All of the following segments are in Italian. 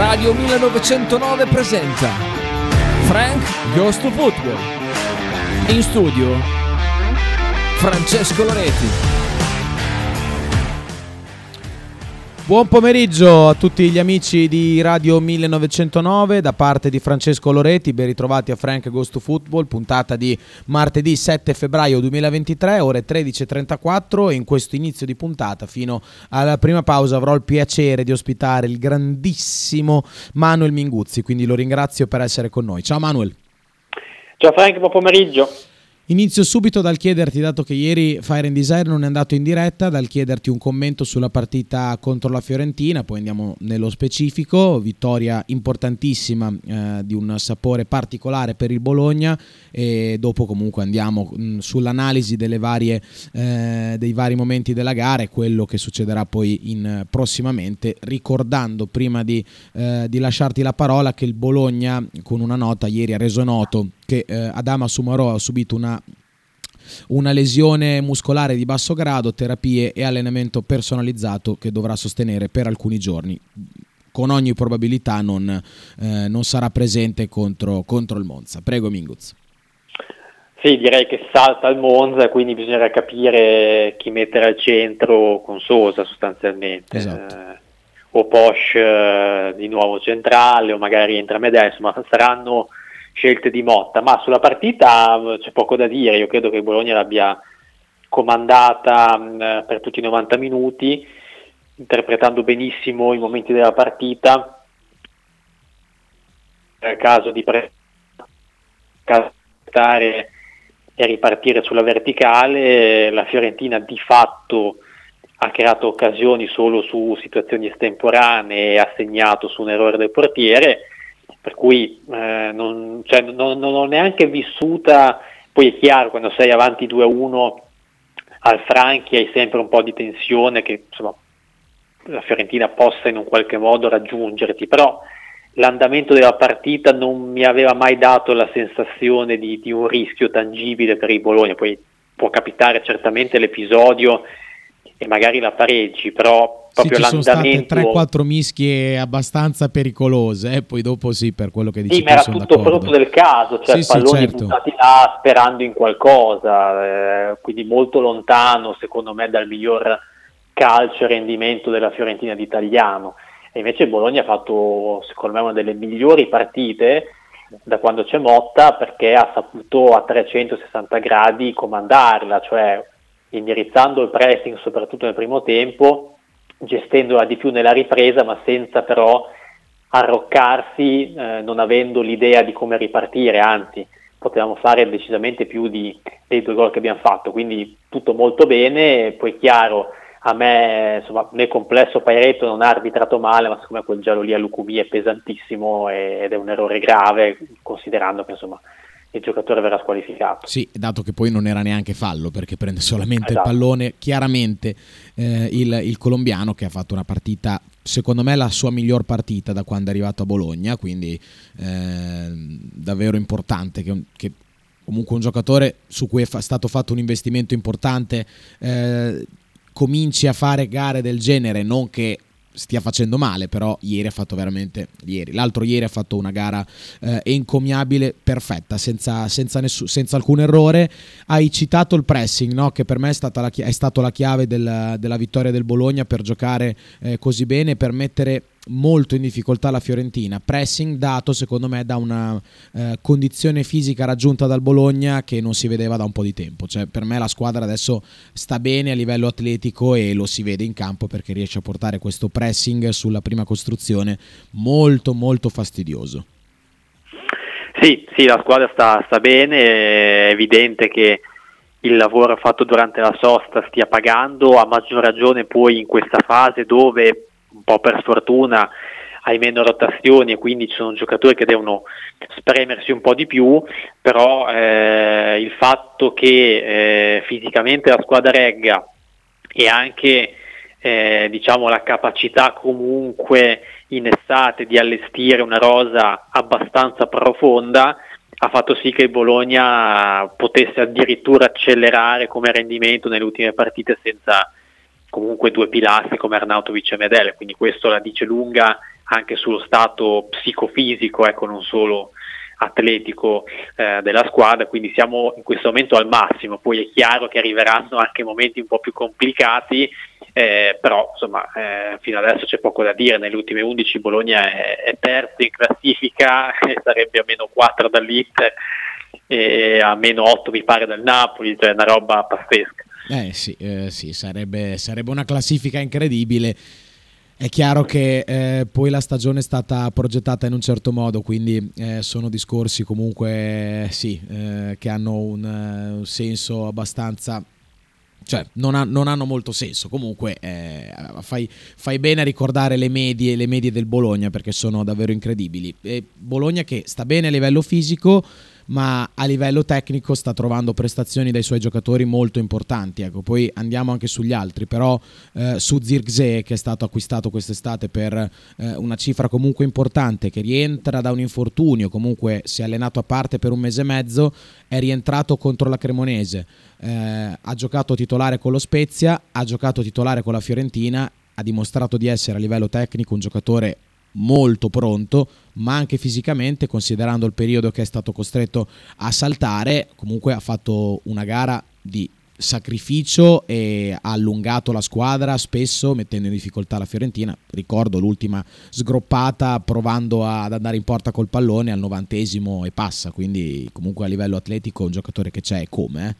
Radio 1909 presenta Frank Goes to Football. In studio Francesco Loreti. Buon pomeriggio a tutti gli amici di Radio 1909 da parte di Francesco Loreti, ben ritrovati a Frank Goes to Football, puntata di martedì 7 febbraio 2023, ore 13.34, e in questo inizio di puntata fino alla prima pausa avrò il piacere di ospitare il grandissimo Manuel Minguzzi, quindi lo ringrazio per essere con noi. Ciao Manuel. Ciao Frank, buon pomeriggio. Inizio subito dal chiederti, dato che ieri Fire and Desire non è andato in diretta, dal chiederti un commento sulla partita contro la Fiorentina, poi andiamo nello specifico. Vittoria importantissima di un sapore particolare per il Bologna, e dopo comunque andiamo sull'analisi dei vari momenti della gara e quello che succederà poi prossimamente, ricordando prima di lasciarti la parola che il Bologna, con una nota, ieri ha reso noto che Adama Soumaoro ha subito una lesione muscolare di basso grado, terapie e allenamento personalizzato che dovrà sostenere per alcuni giorni. Con ogni probabilità non sarà presente contro il Monza. Prego Minguz. Sì, direi che salta il Monza, quindi bisognerà capire chi mettere al centro con Sosa sostanzialmente. Esatto. O Posch di nuovo centrale, o magari entra Medel, insomma saranno scelte di Motta, ma sulla partita c'è poco da dire. Io credo che il Bologna l'abbia comandata per tutti i 90 minuti, interpretando benissimo i momenti della partita. Nel caso di stare e ripartire sulla verticale, la Fiorentina di fatto ha creato occasioni solo su situazioni estemporanee e ha segnato su un errore del portiere, per cui non ho neanche vissuta. Poi è chiaro, quando sei avanti 2-1 al Franchi hai sempre un po' di tensione che insomma la Fiorentina possa in un qualche modo raggiungerti, però l'andamento della partita non mi aveva mai dato la sensazione di un rischio tangibile per il Bologna. Poi può capitare certamente l'episodio e magari la pareggi, però proprio sì, ci l'andamento... sono state 3-4 mischie abbastanza pericolose, poi dopo sì, per quello che dici sì, tu ma era sono tutto d'accordo. frutto del caso, cioè Sì, palloni certo. buttati là sperando in qualcosa, quindi molto lontano secondo me dal miglior calcio e rendimento della Fiorentina di Italiano. E invece il Bologna ha fatto secondo me una delle migliori partite da quando c'è Motta, perché ha saputo a 360 gradi comandarla, cioè indirizzando il pressing soprattutto nel primo tempo, gestendola di più nella ripresa, ma senza però arroccarsi, non avendo l'idea di come ripartire, anzi potevamo fare decisamente più dei 2 gol che abbiamo fatto, quindi tutto molto bene. Poi chiaro, a me insomma nel complesso Pairetto non ha arbitrato male, ma secondo me quel giallo lì a Lucumí è pesantissimo ed è un errore grave, considerando che insomma il giocatore verrà squalificato. Sì, dato che poi non era neanche fallo, perché prende solamente Esatto. il pallone. Chiaramente il colombiano, che ha fatto una partita, secondo me la sua miglior partita da quando è arrivato a Bologna, quindi davvero importante che comunque un giocatore su cui è stato fatto un investimento importante cominci a fare gare del genere, non che stia facendo male, però l'altro ieri ha fatto una gara encomiabile, perfetta, senza alcun errore. Hai citato il pressing, no? Che per me è stato la chiave della vittoria del Bologna per giocare così bene, per mettere molto in difficoltà la Fiorentina. Pressing dato secondo me da una condizione fisica raggiunta dal Bologna che non si vedeva da un po' di tempo. Cioè, per me la squadra adesso sta bene a livello atletico e lo si vede in campo, perché riesce a portare questo pressing sulla prima costruzione molto molto fastidioso. Sì, la squadra sta bene, è evidente che il lavoro fatto durante la sosta stia pagando, a maggior ragione poi in questa fase dove un po' per sfortuna hai meno rotazioni e quindi ci sono giocatori che devono spremersi un po' di più, però il fatto che fisicamente la squadra regga e anche diciamo la capacità comunque in estate di allestire una rosa abbastanza profonda ha fatto sì che il Bologna potesse addirittura accelerare come rendimento nelle ultime partite senza comunque 2 pilastri come Arnautovic e Medel, quindi questo la dice lunga anche sullo stato psicofisico, ecco, non solo atletico della squadra, quindi siamo in questo momento al massimo. Poi è chiaro che arriveranno anche momenti un po' più complicati, però insomma fino adesso c'è poco da dire. Nelle ultime 11 Bologna è terzo in classifica e sarebbe a -4 dall'Inter e a -8 mi pare dal Napoli, cioè una roba pazzesca. Sì, sarebbe una classifica incredibile. È chiaro che poi la stagione è stata progettata in un certo modo, quindi sono discorsi comunque che hanno un senso abbastanza, cioè non hanno molto senso. Comunque fai bene a ricordare le medie del Bologna, perché sono davvero incredibili. E Bologna che sta bene a livello fisico, ma a livello tecnico sta trovando prestazioni dai suoi giocatori molto importanti. Ecco, poi andiamo anche sugli altri, però su Zirkzee, che è stato acquistato quest'estate per una cifra comunque importante, che rientra da un infortunio, comunque si è allenato a parte per un mese e mezzo, è rientrato contro la Cremonese, ha giocato titolare con lo Spezia, ha giocato titolare con la Fiorentina, ha dimostrato di essere a livello tecnico un giocatore molto pronto, ma anche fisicamente, considerando il periodo che è stato costretto a saltare. Comunque ha fatto una gara di sacrificio e ha allungato la squadra, spesso mettendo in difficoltà la Fiorentina. Ricordo l'ultima sgroppata provando ad andare in porta col pallone al 90esimo e passa, quindi comunque a livello atletico un giocatore che c'è, come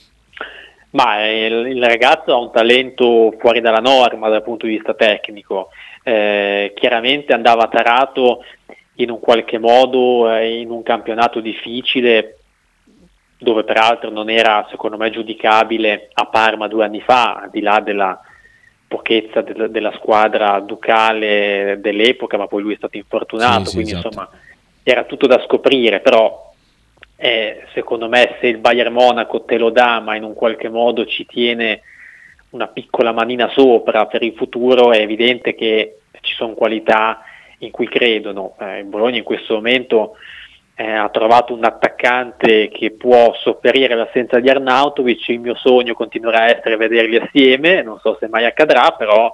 Ma il ragazzo ha un talento fuori dalla norma dal punto di vista tecnico. Chiaramente andava tarato in un qualche modo in un campionato difficile, dove peraltro non era secondo me giudicabile a Parma 2 anni fa, al di là della pochezza della squadra ducale dell'epoca, ma poi lui è stato infortunato, Sì, quindi esatto. insomma era tutto da scoprire. Però secondo me se il Bayern Monaco te lo dà, ma in un qualche modo ci tiene una piccola manina sopra per il futuro, è evidente che ci sono qualità in cui credono. Il Bologna in questo momento ha trovato un attaccante che può sopperire l'assenza di Arnautovic. Il mio sogno continuerà a essere vederli assieme, non so se mai accadrà, però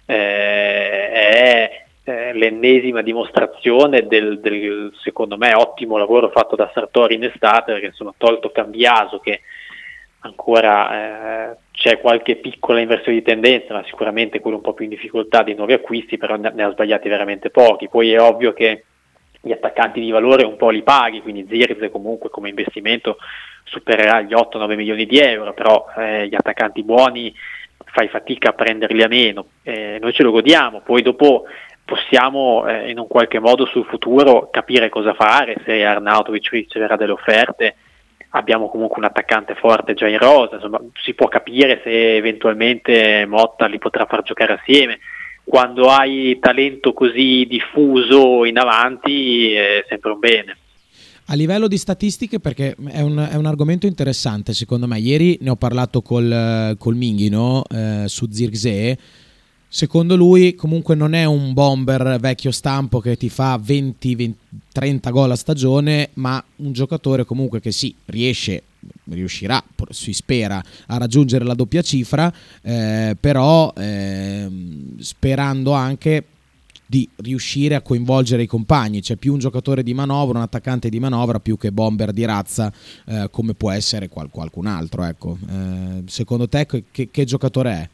è l'ennesima dimostrazione del secondo me ottimo lavoro fatto da Sartori in estate, perché insomma, tolto Cambiaso, che ancora c'è qualche piccola inversione di tendenza, ma sicuramente quello un po' più in difficoltà dei nuovi acquisti, però ne ha sbagliati veramente pochi. Poi è ovvio che gli attaccanti di valore un po' li paghi, quindi Zirkzee comunque come investimento supererà gli 8-9 milioni di euro, però gli attaccanti buoni fai fatica a prenderli a meno. Noi ce lo godiamo, poi dopo possiamo in un qualche modo sul futuro capire cosa fare. Se Arnautovic riceverà delle offerte, abbiamo comunque un attaccante forte già in rosa, insomma si può capire se eventualmente Motta li potrà far giocare assieme. Quando hai talento così diffuso in avanti è sempre un bene. A livello di statistiche, perché è un argomento interessante secondo me, ieri ne ho parlato col Minghi, no? Su Zirkzee. Secondo lui comunque non è un bomber vecchio stampo che ti fa 20-30 gol a stagione, ma un giocatore comunque che sì, riuscirà, si spera, a raggiungere la doppia cifra, però sperando anche di riuscire a coinvolgere i compagni. C'è più un giocatore di manovra, un attaccante di manovra, più che bomber di razza, come può essere qualcun altro, ecco. Secondo te che giocatore è?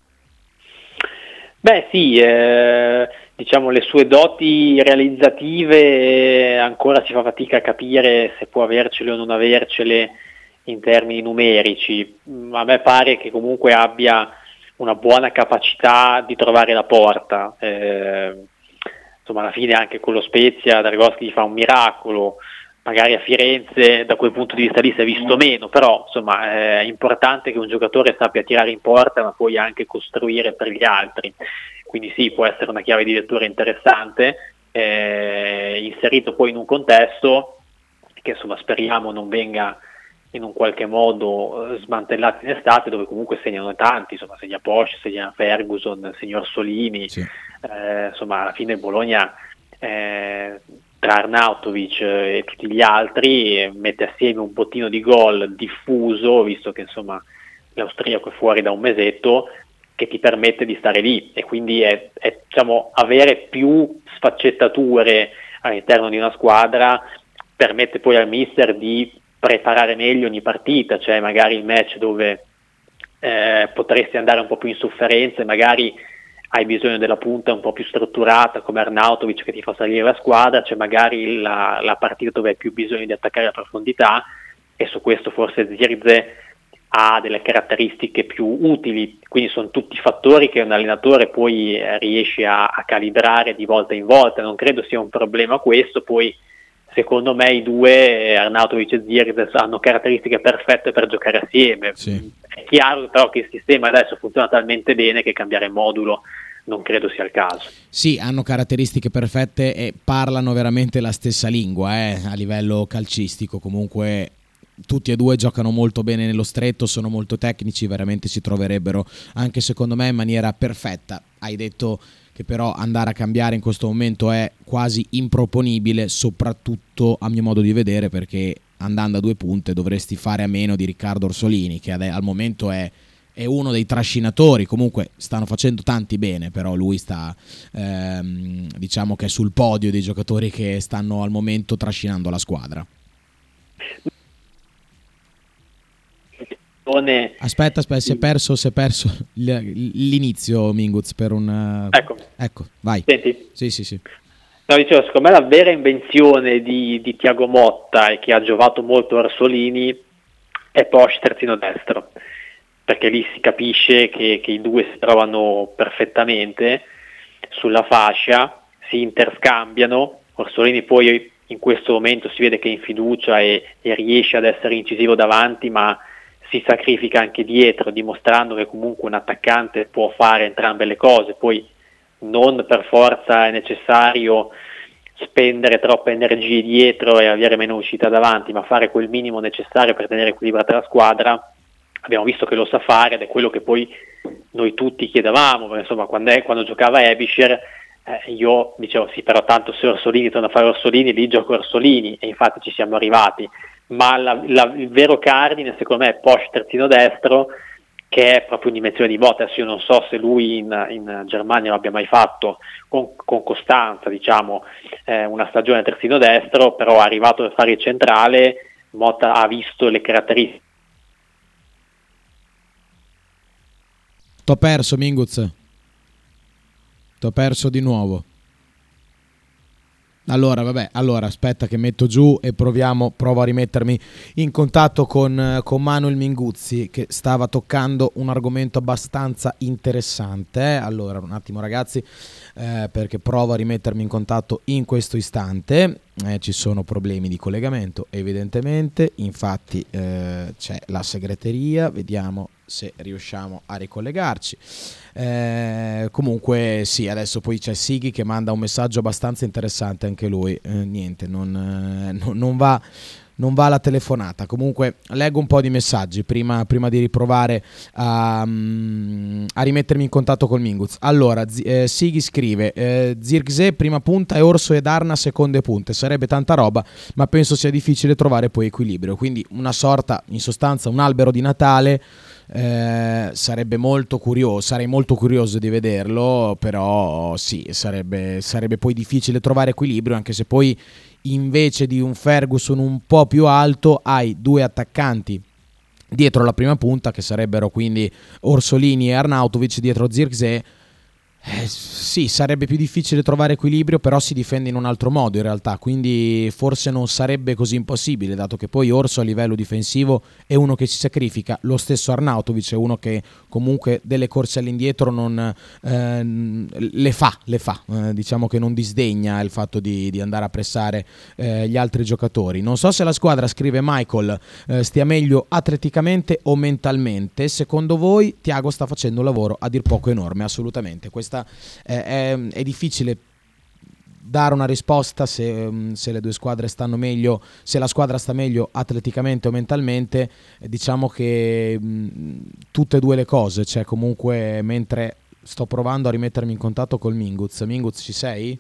Beh sì, diciamo le sue doti realizzative ancora si fa fatica a capire se può avercele o non avercele in termini numerici. A me pare che comunque abbia una buona capacità di trovare la porta. Insomma, alla fine anche con lo Spezia Dragoschi fa un miracolo. Magari a Firenze da quel punto di vista lì si è visto meno, però insomma è importante che un giocatore sappia tirare in porta, ma poi anche costruire per gli altri. Quindi sì, può essere una chiave di lettura interessante, inserito poi in un contesto che insomma speriamo non venga in un qualche modo smantellato in estate, dove comunque segnano tanti, insomma segna Posch, segna Ferguson, segna Orsolini, sì. Insomma alla fine Bologna tra Arnautovic e tutti gli altri mette assieme un bottino di gol diffuso, visto che insomma l'austriaco è fuori da un mesetto, che ti permette di stare lì, e quindi è diciamo, avere più sfaccettature all'interno di una squadra permette poi al mister di preparare meglio ogni partita, cioè magari il match dove potresti andare un po' più in sofferenza e magari hai bisogno della punta un po' più strutturata come Arnautovic che ti fa salire la squadra, c'è magari la partita dove hai più bisogno di attaccare a profondità, e su questo forse Zirkzee ha delle caratteristiche più utili, quindi sono tutti fattori che un allenatore poi riesce a calibrare di volta in volta. Non credo sia un problema questo. Poi secondo me i due, Arnautovic e Zirkzee, hanno caratteristiche perfette per giocare assieme. Sì. È chiaro però che il sistema adesso funziona talmente bene che cambiare modulo non credo sia il caso. Sì, hanno caratteristiche perfette e parlano veramente la stessa lingua a livello calcistico. Comunque tutti e due giocano molto bene nello stretto, sono molto tecnici, veramente si troverebbero anche secondo me in maniera perfetta. Hai detto che però andare a cambiare in questo momento è quasi improponibile, soprattutto a mio modo di vedere, perché andando a 2 punte dovresti fare a meno di Riccardo Orsolini, che al momento è uno dei trascinatori. Comunque stanno facendo tanti bene, però lui sta diciamo che è sul podio dei giocatori che stanno al momento trascinando la squadra. Aspetta, si è perso l'inizio Minguz per un... Ecco, vai. Senti? Sì. No, dicevo, secondo me la vera invenzione di Thiago Motta e che ha giovato molto Orsolini è Posch terzino destro, perché lì si capisce che i due si trovano perfettamente sulla fascia, si interscambiano. Orsolini poi in questo momento si vede che è in fiducia e riesce ad essere incisivo davanti, ma si sacrifica anche dietro, dimostrando che comunque un attaccante può fare entrambe le cose. Poi non per forza è necessario spendere troppe energie dietro e avere meno uscita davanti, ma fare quel minimo necessario per tenere equilibrata la squadra. Abbiamo visto che lo sa fare ed è quello che poi noi tutti chiedevamo, perché insomma quando giocava Ebischer io dicevo sì, però tanto se Orsolini torna a fare Orsolini, lì gioco Orsolini, e infatti ci siamo arrivati. Ma il vero cardine secondo me è Posch terzino destro, che è proprio in dimensione di botta. Adesso io non so se lui in Germania lo abbia mai fatto con costanza, diciamo, una stagione terzino destro, però arrivato a fare il centrale, Motta ha visto le caratteristiche. T'ho perso, Minguz. T'ho perso di nuovo. Allora aspetta che metto giù e provo a rimettermi in contatto con Manuel Minguzzi, che stava toccando un argomento abbastanza interessante. Allora un attimo ragazzi, perché provo a rimettermi in contatto in questo istante. Ci sono problemi di collegamento evidentemente, infatti c'è la segreteria, vediamo se riusciamo a ricollegarci. Comunque sì, adesso poi c'è Sighi che manda un messaggio abbastanza interessante anche lui. Niente, non va la telefonata. Comunque leggo un po' di messaggi prima di riprovare a rimettermi in contatto col Minguz. Allora Sighi scrive Zirkzee prima punta e Orso ed Arna seconde punte, sarebbe tanta roba, ma penso sia difficile trovare poi equilibrio, quindi una sorta, in sostanza un albero di Natale. Sarei molto curioso di vederlo, però sì, sarebbe poi difficile trovare equilibrio, anche se poi invece di un Ferguson un po' più alto hai 2 attaccanti dietro la prima punta, che sarebbero quindi Orsolini e Arnautovic, dietro Zirkzee. Sì, sarebbe più difficile trovare equilibrio, però si difende in un altro modo in realtà, quindi forse non sarebbe così impossibile, dato che poi Orso a livello difensivo è uno che si sacrifica, lo stesso Arnautovic è uno che comunque delle corse all'indietro non le fa, diciamo che non disdegna il fatto di andare a pressare gli altri giocatori. Non so se la squadra, scrive Michael, stia meglio atleticamente o mentalmente. Secondo voi Thiago sta facendo un lavoro a dir poco enorme? Assolutamente. Questa è difficile dare una risposta se le due squadre stanno meglio, se la squadra sta meglio atleticamente o mentalmente. Diciamo che tutte e due le cose, cioè comunque, mentre sto provando a rimettermi in contatto col Minguz. Minguz, ci sei?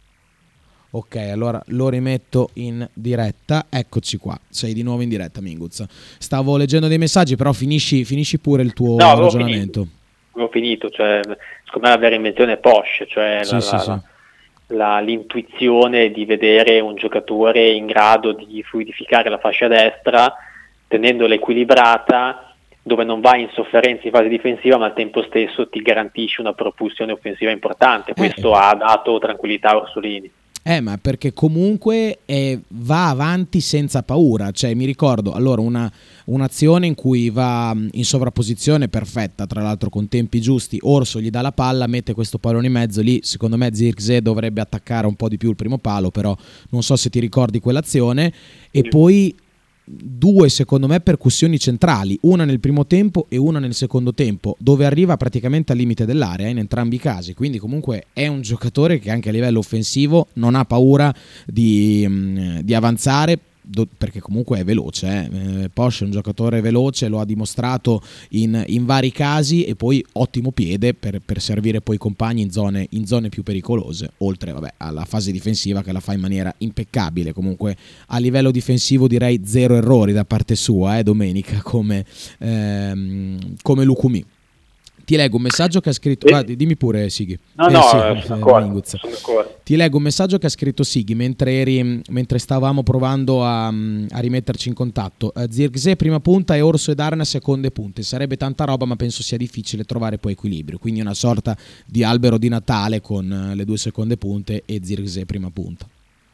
Ok, allora lo rimetto in diretta. Eccoci qua, sei di nuovo in diretta Minguz. Stavo leggendo dei messaggi, però finisci pure il tuo ragionamento. ho finito, cioè, secondo me la vera invenzione è Porsche, cioè Sì, sì, sì. l'intuizione di vedere un giocatore in grado di fluidificare la fascia destra, tenendola equilibrata, dove non va in sofferenza in fase difensiva, ma al tempo stesso ti garantisce una propulsione offensiva importante. Questo ha dato tranquillità a Orsolini. Ma perché comunque va avanti senza paura, cioè mi ricordo allora un'azione in cui va in sovrapposizione perfetta, tra l'altro con tempi giusti, Orso gli dà la palla, mette questo pallone in mezzo, lì secondo me Zirkzee dovrebbe attaccare un po' di più il primo palo, però non so se ti ricordi quell'azione, e poi due secondo me percussioni centrali, una nel primo tempo e una nel secondo tempo, dove arriva praticamente al limite dell'area in entrambi i casi, quindi comunque è un giocatore che anche a livello offensivo non ha paura di avanzare, perché comunque è veloce. Porsche è un giocatore veloce, lo ha dimostrato in vari casi, e poi ottimo piede per servire poi i compagni in zone più pericolose, oltre alla fase difensiva che la fa in maniera impeccabile. Comunque a livello difensivo direi zero errori da parte sua domenica, come Lukumi. Ti leggo un messaggio che ha scritto. Dimmi pure, Sighi. No, sono d'accordo. Ti leggo un messaggio che ha scritto Sighi mentre stavamo provando a rimetterci in contatto. Zirkzee prima punta e Orso ed Arna seconde punte. Sarebbe tanta roba, ma penso sia difficile trovare poi equilibrio. Quindi una sorta di albero di Natale con le due seconde punte e Zirkzee prima punta.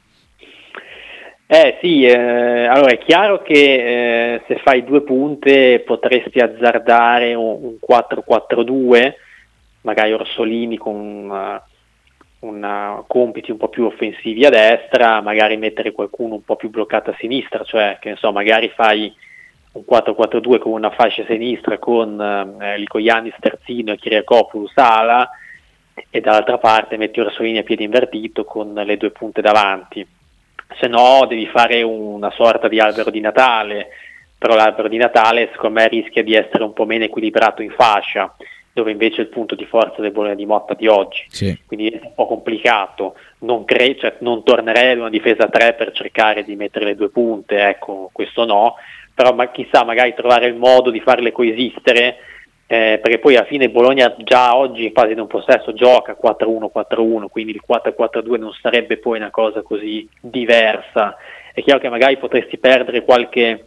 Sì, allora è chiaro che se fai due punte potresti azzardare un 4-4-2, magari Orsolini con una compiti un po' più offensivi a destra, magari mettere qualcuno un po' più bloccato a sinistra, cioè che ne so, magari fai un 4-4-2 con una fascia sinistra con Lykoyannis terzino e Kyriakopoulos ala, e dall'altra parte metti Orsolini a piede invertito con le due punte davanti. Se no devi fare una sorta di albero di Natale, però l'albero di Natale secondo me rischia di essere un po' meno equilibrato in fascia, dove invece è il punto di forza del Bologna di Motta di oggi, sì. Quindi è un po' complicato, non tornerei ad una difesa a 3 per cercare di mettere le due punte, ecco, questo no, però chissà, magari trovare il modo di farle coesistere, perché poi alla fine il Bologna già oggi in fase di un possesso gioca 4-1-4-1, quindi il 4-4-2 non sarebbe poi una cosa così diversa. È chiaro che magari potresti perdere qualche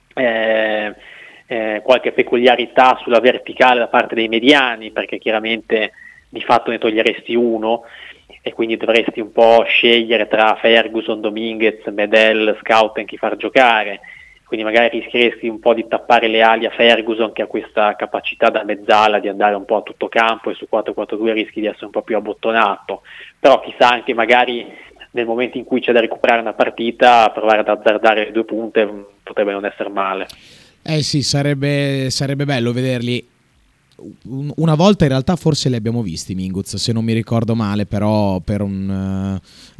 peculiarità sulla verticale da parte dei mediani, perché chiaramente di fatto ne toglieresti uno e quindi dovresti un po' scegliere tra Ferguson, Dominguez, Medel, Scouten chi far giocare. Quindi magari rischieresti un po' di tappare le ali a Ferguson, che ha questa capacità da mezzala di andare un po' a tutto campo, e su 4-4-2 rischi di essere un po' più abbottonato, però chissà, anche magari nel momento in cui c'è da recuperare una partita, provare ad azzardare le due punte potrebbe non essere male. Sì, sarebbe bello vederli. Una volta in realtà forse li abbiamo visti Minguz, se non mi ricordo male, però per un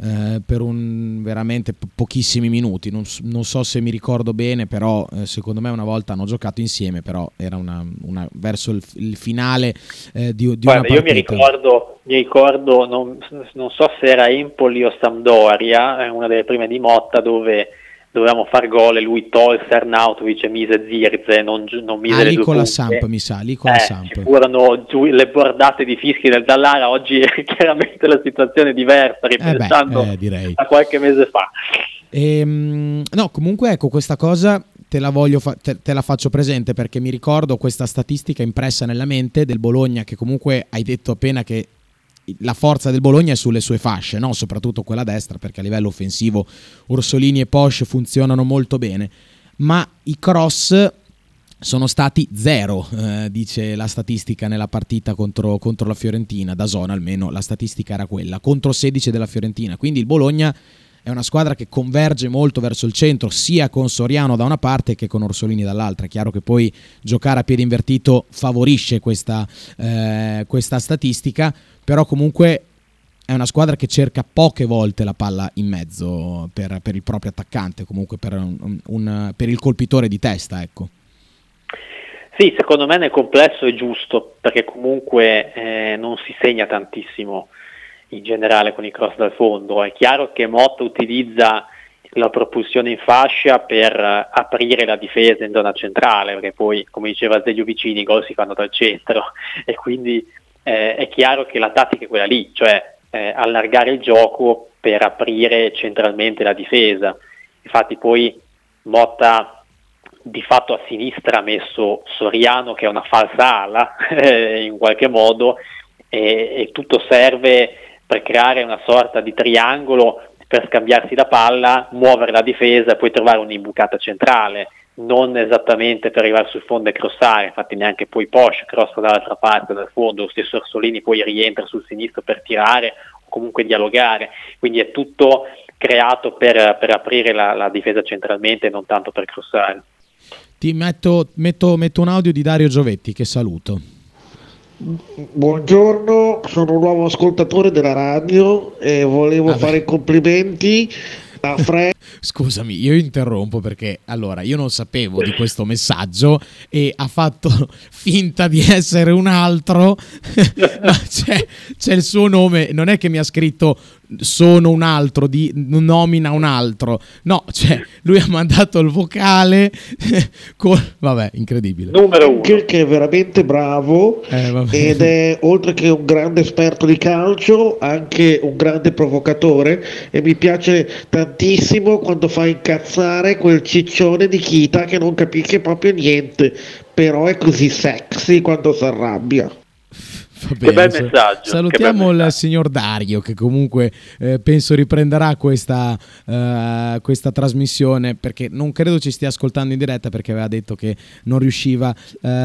veramente pochissimi minuti, non so se mi ricordo bene, però secondo me una volta hanno giocato insieme, però era una verso il finale di una partita. Io mi ricordo non so se era Empoli o Sampdoria, una delle prime di Motta, dove dovevamo far gol e lui tolse Arnautovic e mise Zirkzee, non mise le due punte. Samp, mi sa, Samp. Ci furono le bordate di fischi del Dallara. Oggi chiaramente la situazione è diversa, ripensando a qualche mese fa. No, comunque ecco, questa cosa te la faccio presente, perché mi ricordo questa statistica impressa nella mente del Bologna, che comunque hai detto appena che la forza del Bologna è sulle sue fasce, no? Soprattutto quella destra, perché a livello offensivo Orsolini e Porsche funzionano molto bene, ma i cross sono stati 0, dice la statistica nella partita contro la Fiorentina, da zona almeno la statistica era quella, contro 16 della Fiorentina, quindi il Bologna è una squadra che converge molto verso il centro, sia con Soriano da una parte che con Orsolini dall'altra. È chiaro che poi giocare a piede invertito favorisce questa statistica, però comunque è una squadra che cerca poche volte la palla in mezzo per il proprio attaccante, comunque per il colpitore di testa, ecco. Sì, secondo me nel complesso è giusto, perché comunque non si segna tantissimo in generale con i cross dal fondo. È chiaro che Motta utilizza la propulsione in fascia per aprire la difesa in zona centrale, perché poi, come diceva Zeglio Vicini, i gol si fanno dal centro e quindi è chiaro che la tattica è quella lì, cioè allargare il gioco per aprire centralmente la difesa. Infatti poi Motta di fatto a sinistra ha messo Soriano, che è una falsa ala in qualche modo, e tutto serve per creare una sorta di triangolo per scambiarsi la palla, muovere la difesa e poi trovare un'imbucata centrale, non esattamente per arrivare sul fondo e crossare. Infatti neanche poi Posch crossa dall'altra parte dal fondo, lo stesso Orsolini poi rientra sul sinistro per tirare o comunque dialogare, quindi è tutto creato per aprire la difesa centralmente e non tanto per crossare. Ti metto un audio di Dario Giovetti, che saluto. Buongiorno, sono un nuovo ascoltatore della radio e volevo fare i complimenti a Frank. Scusami, io interrompo perché allora io non sapevo di questo messaggio e ha fatto finta di essere un altro, ma c'è il suo nome, non è che mi ha scritto sono un altro, nomina un altro, no, cioè lui ha mandato il vocale vabbè, incredibile. Numero uno, che è veramente bravo ed è, oltre che un grande esperto di calcio, anche un grande provocatore, e mi piace tantissimo quando fa incazzare quel ciccione di Kita che non capisce proprio niente, però è così sexy quando si arrabbia. Che bel messaggio. Salutiamo il signor Dario, che comunque penso riprenderà questa trasmissione, perché non credo ci stia ascoltando in diretta, perché aveva detto che non riusciva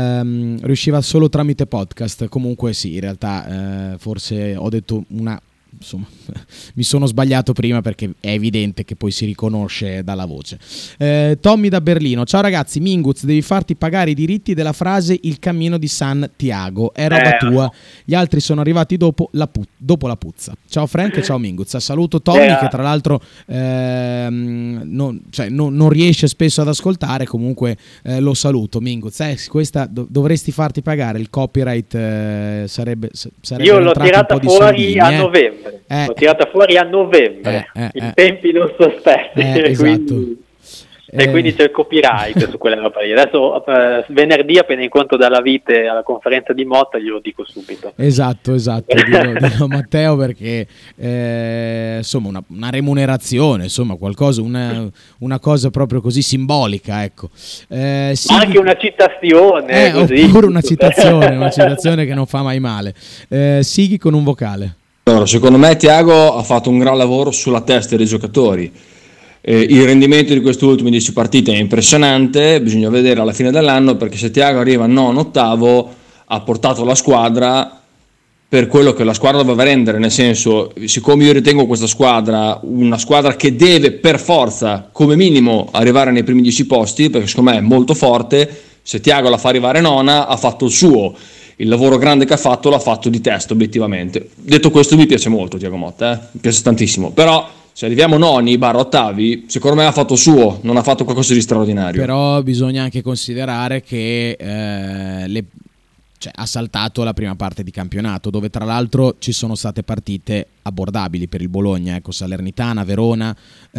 solo tramite podcast. Comunque sì, in realtà forse ho detto insomma, mi sono sbagliato prima, perché è evidente che poi si riconosce dalla voce. Tommy da Berlino: ciao ragazzi, Minguz, devi farti pagare i diritti della frase il cammino di San Tiago, è roba tua, gli altri sono arrivati dopo la puzza. Ciao Frank e ciao Minguz. Saluto Tommy, che tra l'altro non riesce spesso ad ascoltare, comunque lo saluto. Minguz, questa dovresti farti pagare il copyright, sarebbe io l'ho tirata fuori a novembre. L'ho tirata fuori a novembre, in tempi non sospetti, esatto. Quindi c'è il copyright su quella roba lì. Adesso venerdì, appena incontro dalla Vite alla conferenza di Motta, glielo dico subito. Esatto, dillo Matteo, perché insomma una remunerazione, insomma qualcosa, una cosa proprio così simbolica, ecco. Anche una citazione, così. Oppure una citazione che non fa mai male. Sighi con un vocale. Allora, secondo me Thiago ha fatto un gran lavoro sulla testa dei giocatori. Il rendimento di queste ultime 10 partite è impressionante, bisogna vedere alla fine dell'anno, perché se Thiago arriva nono, ottavo, ha portato la squadra per quello che la squadra doveva rendere, nel senso, siccome io ritengo questa squadra una squadra che deve per forza, come minimo, arrivare nei primi 10 posti, perché secondo me è molto forte, se Thiago la fa arrivare nona, ha fatto il suo. Il lavoro grande che ha fatto l'ha fatto di testa, obiettivamente. Detto questo, mi piace molto Thiago Motta, mi piace tantissimo, però se arriviamo noni ottavi, secondo me ha fatto il suo, non ha fatto qualcosa di straordinario. Però bisogna anche considerare che ha saltato la prima parte di campionato, dove tra l'altro ci sono state partite abbordabili per il Bologna, ecco, Salernitana, Verona,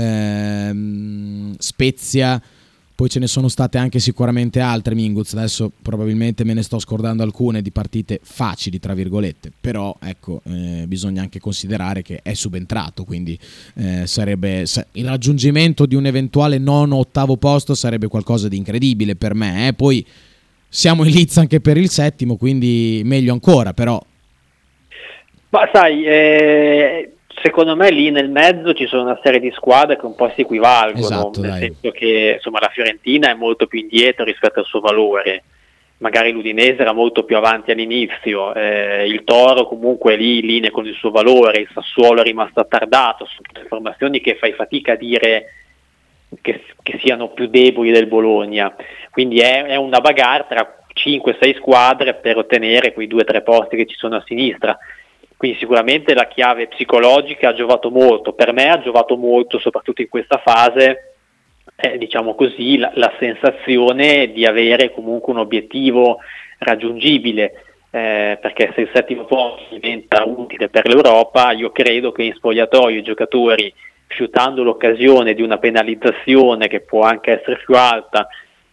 Spezia. Poi ce ne sono state anche sicuramente altre, Minguz, adesso probabilmente me ne sto scordando alcune di partite facili, tra virgolette, però ecco, bisogna anche considerare che è subentrato, quindi sarebbe il raggiungimento di un eventuale nono ottavo posto sarebbe qualcosa di incredibile per me, poi siamo in lizza anche per il settimo, quindi meglio ancora, però. Ma sai, secondo me lì nel mezzo ci sono una serie di squadre che un po' si equivalgono, esatto, nel senso che insomma la Fiorentina è molto più indietro rispetto al suo valore, magari l'Udinese era molto più avanti all'inizio, il Toro comunque è lì in linea con il suo valore, il Sassuolo è rimasto attardato, sono tutte formazioni che fai fatica a dire che siano più deboli del Bologna, quindi è una bagarre tra 5-6 squadre per ottenere quei 2-3 posti che ci sono a sinistra. Quindi sicuramente la chiave psicologica ha giovato molto, per me ha giovato molto, soprattutto in questa fase, diciamo così, la sensazione di avere comunque un obiettivo raggiungibile, perché se il settimo posto diventa utile per l'Europa, io credo che in spogliatoio i giocatori sfiutando l'occasione di una penalizzazione che può anche essere più alta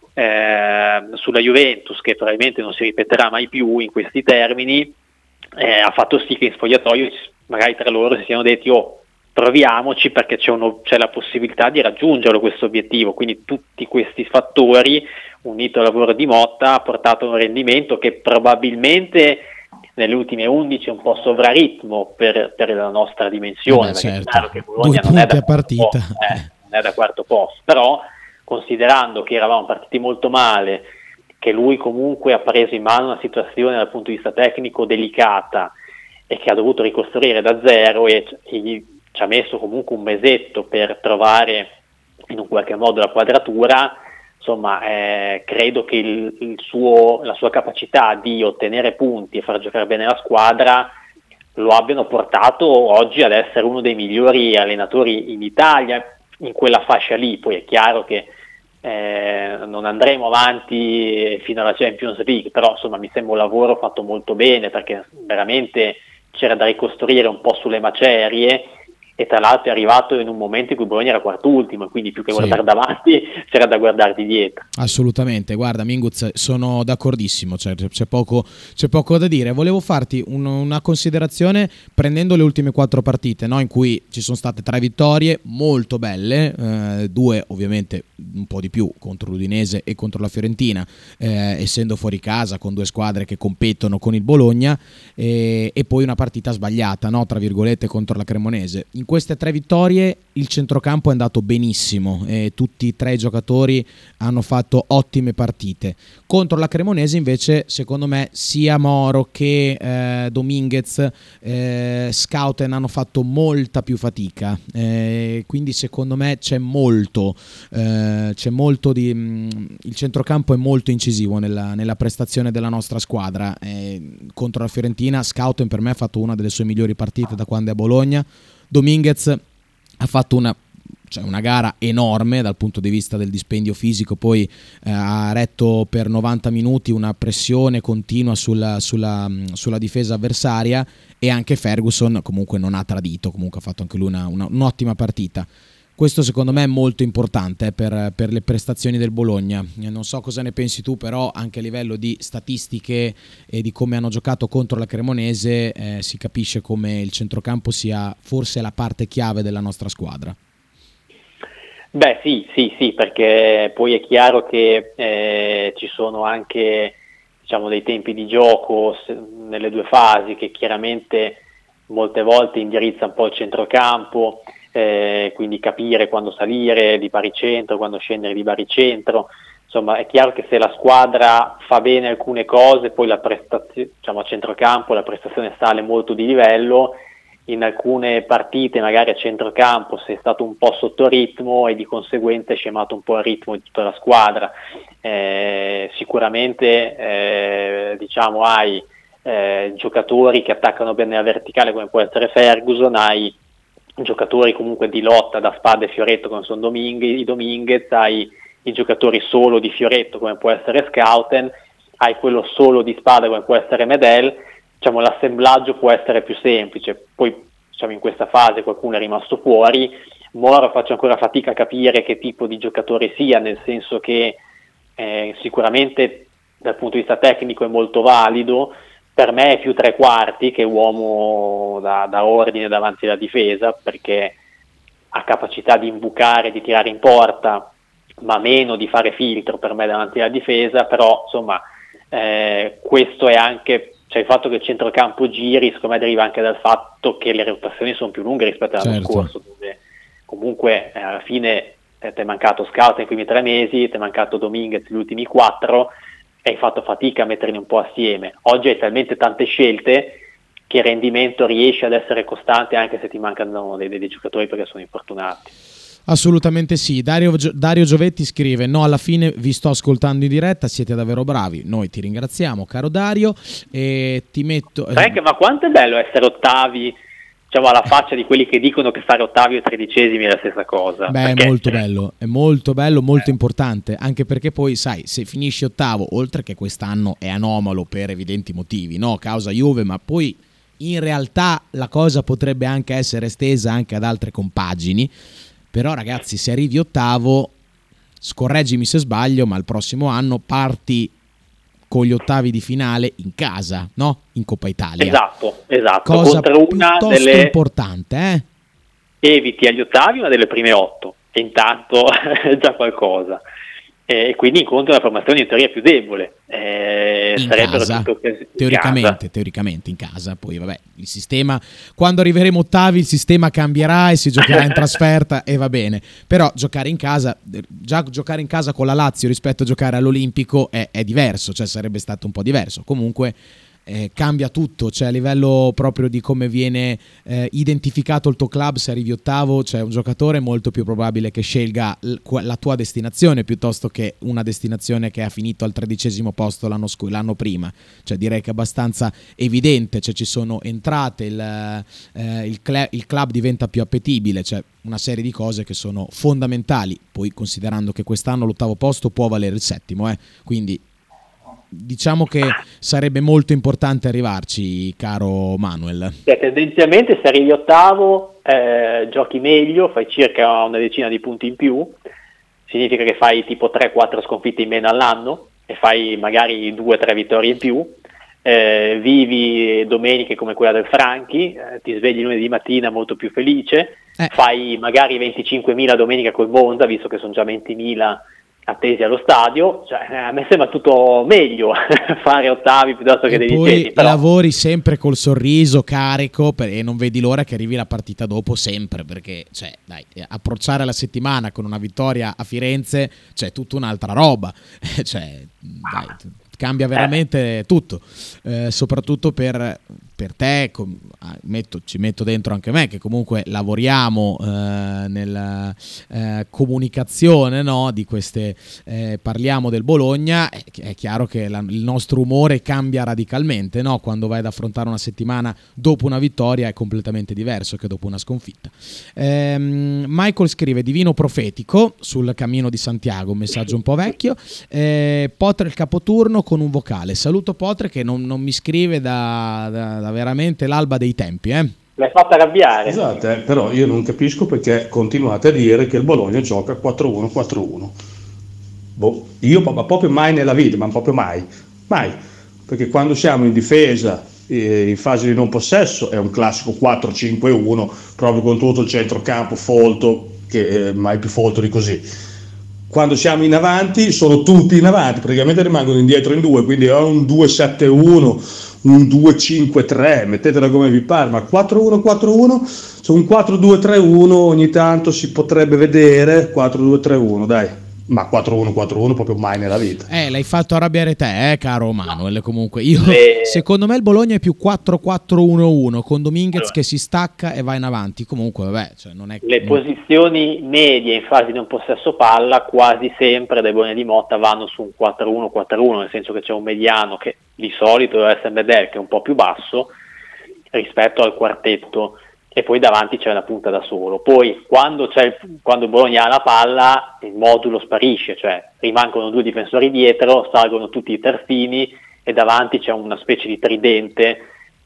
sulla Juventus, che probabilmente non si ripeterà mai più in questi termini, ha fatto sì che in spogliatoio magari tra loro si siano detti proviamoci, perché c'è la possibilità di raggiungerlo questo obiettivo. Quindi tutti questi fattori, unito al lavoro di Motta, ha portato a un rendimento che probabilmente nelle ultime 11 è un po' sovraritmo per la nostra dimensione, perché certo. è chiaro che Bologna 2 punti a partita, non è da quarto posto, però considerando che eravamo partiti molto male, che lui comunque ha preso in mano una situazione dal punto di vista tecnico delicata e che ha dovuto ricostruire da zero e ci ha messo comunque un mesetto per trovare in un qualche modo la quadratura, insomma credo che la sua capacità di ottenere punti e far giocare bene la squadra lo abbiano portato oggi ad essere uno dei migliori allenatori in Italia in quella fascia lì. Poi è chiaro che non andremo avanti fino alla Champions League, però insomma mi sembra un lavoro fatto molto bene, perché veramente c'era da ricostruire un po' sulle macerie, e tra l'altro è arrivato in un momento in cui Bologna era quart'ultimo, quindi più che guardare davanti c'era da guardarti dietro. Assolutamente, guarda Minguz, sono d'accordissimo, c'è poco da dire. Volevo farti una considerazione prendendo le ultime 4 partite, no? In cui ci sono state 3 vittorie molto belle, 2 ovviamente un po' di più contro l'Udinese e contro la Fiorentina, essendo fuori casa con 2 squadre che competono con il Bologna, e poi una partita sbagliata, no? Tra virgolette, contro la Cremonese. In queste 3 vittorie il centrocampo è andato benissimo e tutti 3 giocatori hanno fatto ottime partite. Contro la Cremonese invece secondo me sia Moro che Dominguez, Schouten hanno fatto molta più fatica, quindi secondo me c'è molto di il centrocampo è molto incisivo nella prestazione della nostra squadra. Contro la Fiorentina Schouten per me ha fatto una delle sue migliori partite da quando è a Bologna. Dominguez ha fatto una gara enorme dal punto di vista del dispendio fisico, poi ha retto per 90 minuti una pressione continua sulla difesa avversaria, e anche Ferguson comunque non ha tradito, comunque ha fatto anche lui un'ottima partita. Questo secondo me è molto importante per le prestazioni del Bologna. Non so cosa ne pensi tu, però anche a livello di statistiche e di come hanno giocato contro la Cremonese si capisce come il centrocampo sia forse la parte chiave della nostra squadra. Beh sì, perché poi è chiaro che ci sono anche dei tempi di gioco nelle 2 fasi che chiaramente molte volte indirizza un po' il centrocampo, quindi capire quando salire di baricentro, quando scendere di baricentro. Insomma è chiaro che se la squadra fa bene alcune cose, poi la prestazione, a centrocampo la prestazione sale molto di livello. In alcune partite magari a centrocampo sei stato un po' sotto ritmo e di conseguenza è scemato un po' il ritmo di tutta la squadra. Sicuramente hai giocatori che attaccano bene la verticale come può essere Ferguson, hai giocatori comunque di lotta da Spada e Fioretto come sono i Dominguez, hai i giocatori solo di Fioretto come può essere Schouten, hai quello solo di Spada come può essere Medel. L'assemblaggio può essere più semplice. Poi in questa fase qualcuno è rimasto fuori. Moro faccio ancora fatica a capire che tipo di giocatore sia, nel senso che sicuramente dal punto di vista tecnico è molto valido. Per me è più tre quarti che uomo da ordine davanti alla difesa, perché ha capacità di imbucare, di tirare in porta, ma meno di fare filtro per me davanti alla difesa. Però questo è anche, il fatto che il centrocampo giri secondo me deriva anche dal fatto che le rotazioni sono più lunghe rispetto all'anno scorso, dove comunque alla fine ti è mancato Scout nei primi 3 mesi, ti è mancato Dominguez gli ultimi 4, e hai fatto fatica a metterli un po' assieme. Oggi hai talmente tante scelte che il rendimento riesce ad essere costante anche se ti mancano dei giocatori perché sono infortunati. Assolutamente sì. Dario Giovetti scrive: no, alla fine vi sto ascoltando in diretta, siete davvero bravi. Noi ti ringraziamo, caro Dario, e ti metto ma quanto è bello essere ottavi, alla faccia di quelli che dicono che fare ottavi o 13esimi è la stessa cosa. Beh, perché è molto bello, molto importante, anche perché poi sai, se finisci ottavo, oltre che quest'anno è anomalo per evidenti motivi, no, causa Juve, ma poi in realtà la cosa potrebbe anche essere estesa anche ad altre compagini, però ragazzi, se arrivi ottavo, scorreggimi se sbaglio, ma il prossimo anno parti con gli ottavi di finale in casa, no? In Coppa Italia. Esatto. Cosa Contro una piuttosto delle... importante, eviti agli ottavi una delle prime 8, e intanto è già qualcosa. E quindi incontri una formazione in teoria più debole. In casa, teoricamente in casa. Poi vabbè, il sistema, quando arriveremo ottavi il sistema cambierà e si giocherà in trasferta e va bene, però giocare in casa, già giocare in casa con la Lazio rispetto a giocare all'Olimpico è diverso, cioè sarebbe stato un po' diverso. Comunque cambia tutto, cioè a livello proprio di come viene identificato il tuo club. Se arrivi ottavo, cioè un giocatore è molto più probabile che scelga la tua destinazione piuttosto che una destinazione che ha finito al 13° posto l'anno prima. Cioè direi che è abbastanza evidente, cioè ci sono entrate, il club diventa più appetibile, cioè una serie di cose che sono fondamentali, poi considerando che quest'anno l'8° posto può valere il 7°, quindi diciamo che sarebbe molto importante arrivarci, caro Manuel. Tendenzialmente se arrivi ottavo giochi meglio, fai circa una decina di punti in più, significa che fai tipo 3-4 sconfitte in meno all'anno e fai magari 2-3 vittorie in più, vivi domeniche come quella del Franchi, ti svegli lunedì mattina molto più felice, fai magari 25.000 domenica col Monza, visto che sono già 20.000 attesi allo stadio, cioè, a me sembra tutto meglio fare ottavi piuttosto che dei poi però lavori sempre col sorriso carico e non vedi l'ora che arrivi la partita dopo sempre, perché cioè, dai, approcciare la settimana con una vittoria a Firenze c'è tutta un'altra roba cioè, dai, cambia veramente tutto, soprattutto per te, ci metto dentro anche me che comunque lavoriamo nella comunicazione, no, di queste, parliamo del Bologna, è chiaro che il nostro umore cambia radicalmente, no? Quando vai ad affrontare una settimana dopo una vittoria è completamente diverso che dopo una sconfitta. Michael scrive: divino profetico sul cammino di Santiago, un messaggio un po' vecchio. Potre il capoturno con un vocale. Saluto Potre che non mi scrive da veramente l'alba dei tempi. L'hai fatta arrabbiare. Esatto, però io non capisco perché continuate a dire che il Bologna gioca 4-1-4-1. Io proprio mai nella vita, ma proprio mai, perché quando siamo in difesa in fase di non possesso è un classico 4-5-1 proprio con tutto il centrocampo folto, che è mai più folto di così. Quando siamo in avanti sono tutti in avanti, praticamente rimangono indietro in due, quindi è un 2-7-1, un 2-5-3, mettetela come vi pare, ma 4-1-4-1, su un 4-2-3-1 ogni tanto si potrebbe vedere, 4-2-3-1 dai, ma 4-1-4-1 proprio mai nella vita. L'hai fatto arrabbiare te, caro Manuel. Comunque secondo me il Bologna è più 4-4-1-1 con Dominguez che si stacca e va in avanti. Comunque vabbè, cioè non è le posizioni medie in fase di un possesso palla quasi sempre dai Bologna di Motta vanno su un 4-1-4-1, nel senso che c'è un mediano che di solito deve essere Medel, che è un po' più basso rispetto al quartetto, e poi davanti c'è una punta da solo. Poi quando il Bologna ha la palla il modulo sparisce, cioè rimangono due difensori dietro, salgono tutti i terzini e davanti c'è una specie di tridente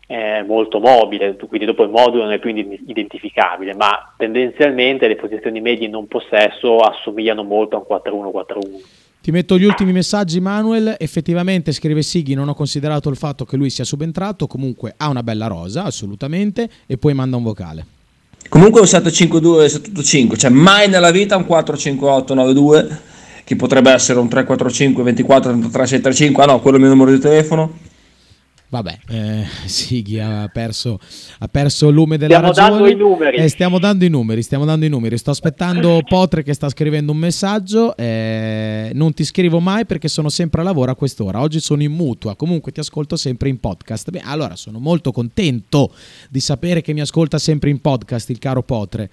molto mobile, quindi dopo il modulo non è più identificabile, ma tendenzialmente le posizioni medie in non possesso assomigliano molto a un 4-1-4-1. Ti metto gli ultimi messaggi, Manuel. Effettivamente, scrive Sighi, non ho considerato il fatto che lui sia subentrato, comunque ha una bella rosa, assolutamente, e poi manda un vocale. Comunque un 7-5-2-7-8-5, cioè mai nella vita un 4-5-8-9-2, che potrebbe essere un 3-4-5-24-33-6-3-5, ah no, quello è il mio numero di telefono. Vabbè, Sighi ha perso il lume della ragione. Stiamo dando i numeri. Sto aspettando Potre che sta scrivendo un messaggio. Non ti scrivo mai perché sono sempre a lavoro a quest'ora. Oggi sono in mutua, comunque ti ascolto sempre in podcast. Beh, allora sono molto contento di sapere che mi ascolta sempre in podcast il caro Potre.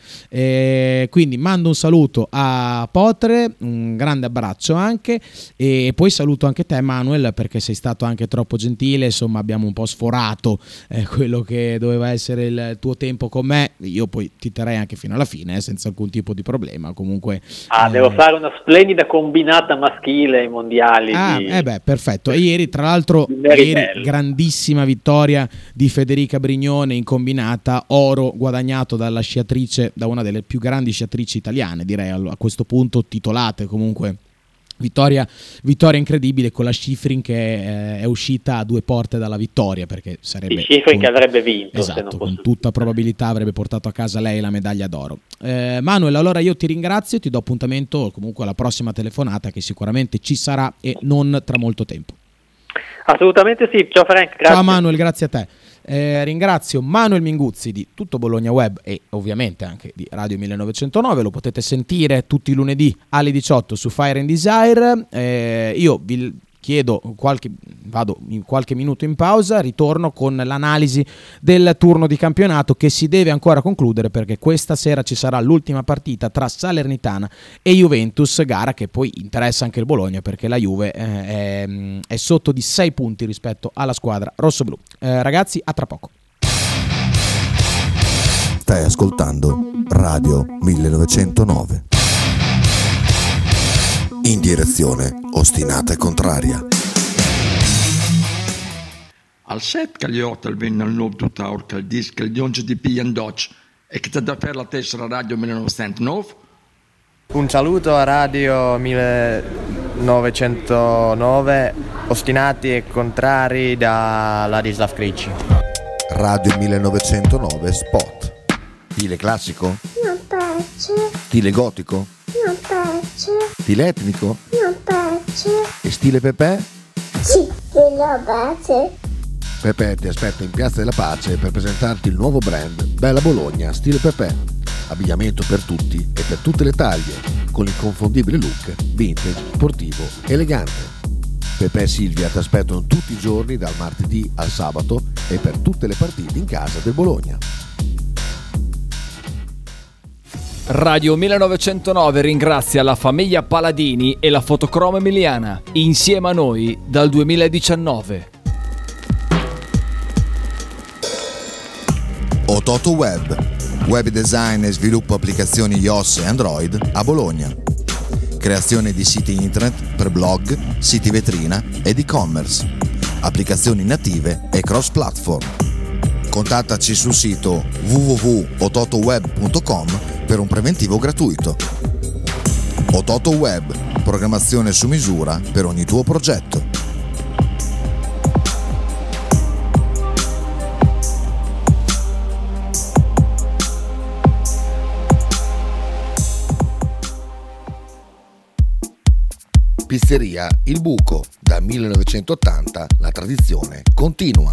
Quindi mando un saluto a Potre, un grande abbraccio anche, e poi saluto anche te, Manuel, perché sei stato anche troppo gentile, insomma abbiamo un po' sforato quello che doveva essere il tuo tempo con me. Io poi ti terrei anche fino alla fine, senza alcun tipo di problema. Comunque devo fare una splendida combinata maschile ai mondiali. Perfetto. E ieri, tra l'altro, grandissima vittoria di Federica Brignone in combinata, oro guadagnato dalla sciatrice, da una delle più grandi sciatrici italiane, direi a questo punto, titolate comunque. Vittoria incredibile, con la Schifrin che è uscita a 2 porte dalla vittoria, perché sarebbe Schifrin che avrebbe vinto, esatto, con tutta probabilità avrebbe portato a casa lei la medaglia d'oro. Manuel, allora io ti ringrazio, ti do appuntamento comunque alla prossima telefonata, che sicuramente ci sarà e non tra molto tempo. Assolutamente sì, ciao Frank, grazie. Ciao Manuel, grazie a te. Ringrazio Manuel Minguzzi di Tutto Bologna Web e ovviamente anche di Radio 1909. Lo potete sentire tutti i lunedì alle 18 su Fire and Desire. Io vi chiedo vado in qualche minuto in pausa, ritorno con l'analisi del turno di campionato che si deve ancora concludere, perché questa sera ci sarà l'ultima partita tra Salernitana e Juventus, gara che poi interessa anche il Bologna, perché la Juve è sotto di 6 punti rispetto alla squadra rossoblù. Ragazzi, a tra poco. Stai ascoltando Radio 1909. In direzione ostinata e contraria. Al set che gli hotel venne al nuovo tuttaur che il disco il dionge di Pian Dodge e che da per la tessera Radio 1909. Un saluto a Radio 1909, ostinati e contrari da Ladislav Krejci. Radio 1909 Spot. Stile classico? Non piace. Stile gotico? Non piace. Stile etnico? Non piace. E stile Pepe? Sì, lo piace. Pepe ti aspetta in Piazza della Pace per presentarti il nuovo brand Bella Bologna Stile Pepe. Abbigliamento per tutti e per tutte le taglie, con l'inconfondibile look vintage, sportivo, elegante. Pepe e Silvia ti aspettano tutti i giorni dal martedì al sabato e per tutte le partite in casa del Bologna. Radio 1909 ringrazia la famiglia Paladini e la Fotocromo Emiliana, insieme a noi dal 2019. Ototo Web design e sviluppo applicazioni iOS e Android a Bologna. Creazione di siti internet per blog, siti vetrina ed e-commerce. Applicazioni native e cross-platform. Contattaci sul sito www.ototoweb.com per un preventivo gratuito. Ototo Web, programmazione su misura per ogni tuo progetto. Pizzeria Il Buco, da 1980 la tradizione continua.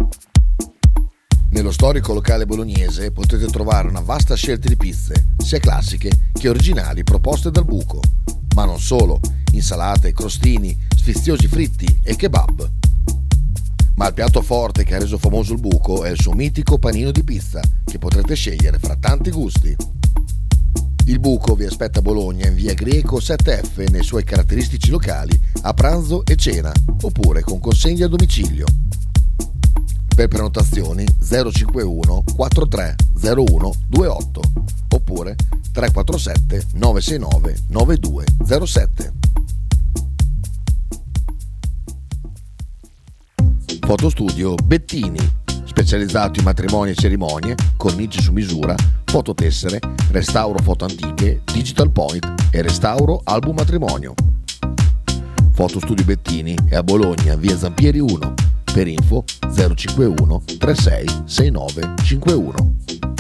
Nello storico locale bolognese potete trovare una vasta scelta di pizze, sia classiche che originali proposte dal Buco, ma non solo, insalate, crostini, sfiziosi fritti e kebab. Ma il piatto forte che ha reso famoso il Buco è il suo mitico panino di pizza, che potrete scegliere fra tanti gusti. Il Buco vi aspetta a Bologna in via Greco 7F nei suoi caratteristici locali a pranzo e cena, oppure con consegna a domicilio. Per prenotazioni 051 4301 28 oppure 347 969 9207. Fotostudio Bettini, specializzato in matrimoni e cerimonie, cornici su misura, fototessere, restauro foto antiche, digital point e restauro album matrimonio. Fotostudio Bettini è a Bologna, via Zampieri 1. Per info 051 36 69 51.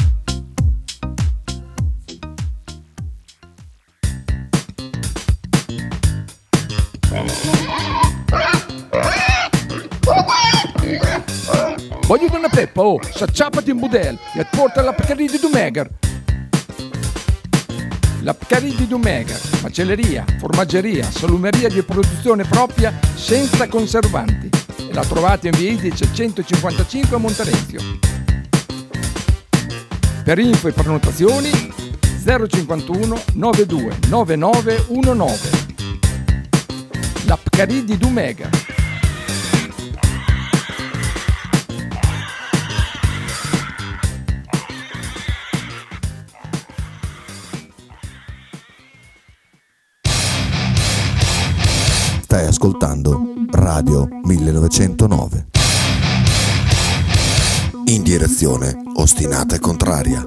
Voglio una peppa, s'acciappati in budel e porta la Pcaridi di Dumegar. La Pcaridi di Dumegar, macelleria, formaggeria, salumeria di produzione propria senza conservanti. E la trovate in via Idice 155 a Monterezio. Per info e prenotazioni 051 92 9919. La Pcaridi di Dumegar. Stai ascoltando Radio 1909. In direzione ostinata e contraria.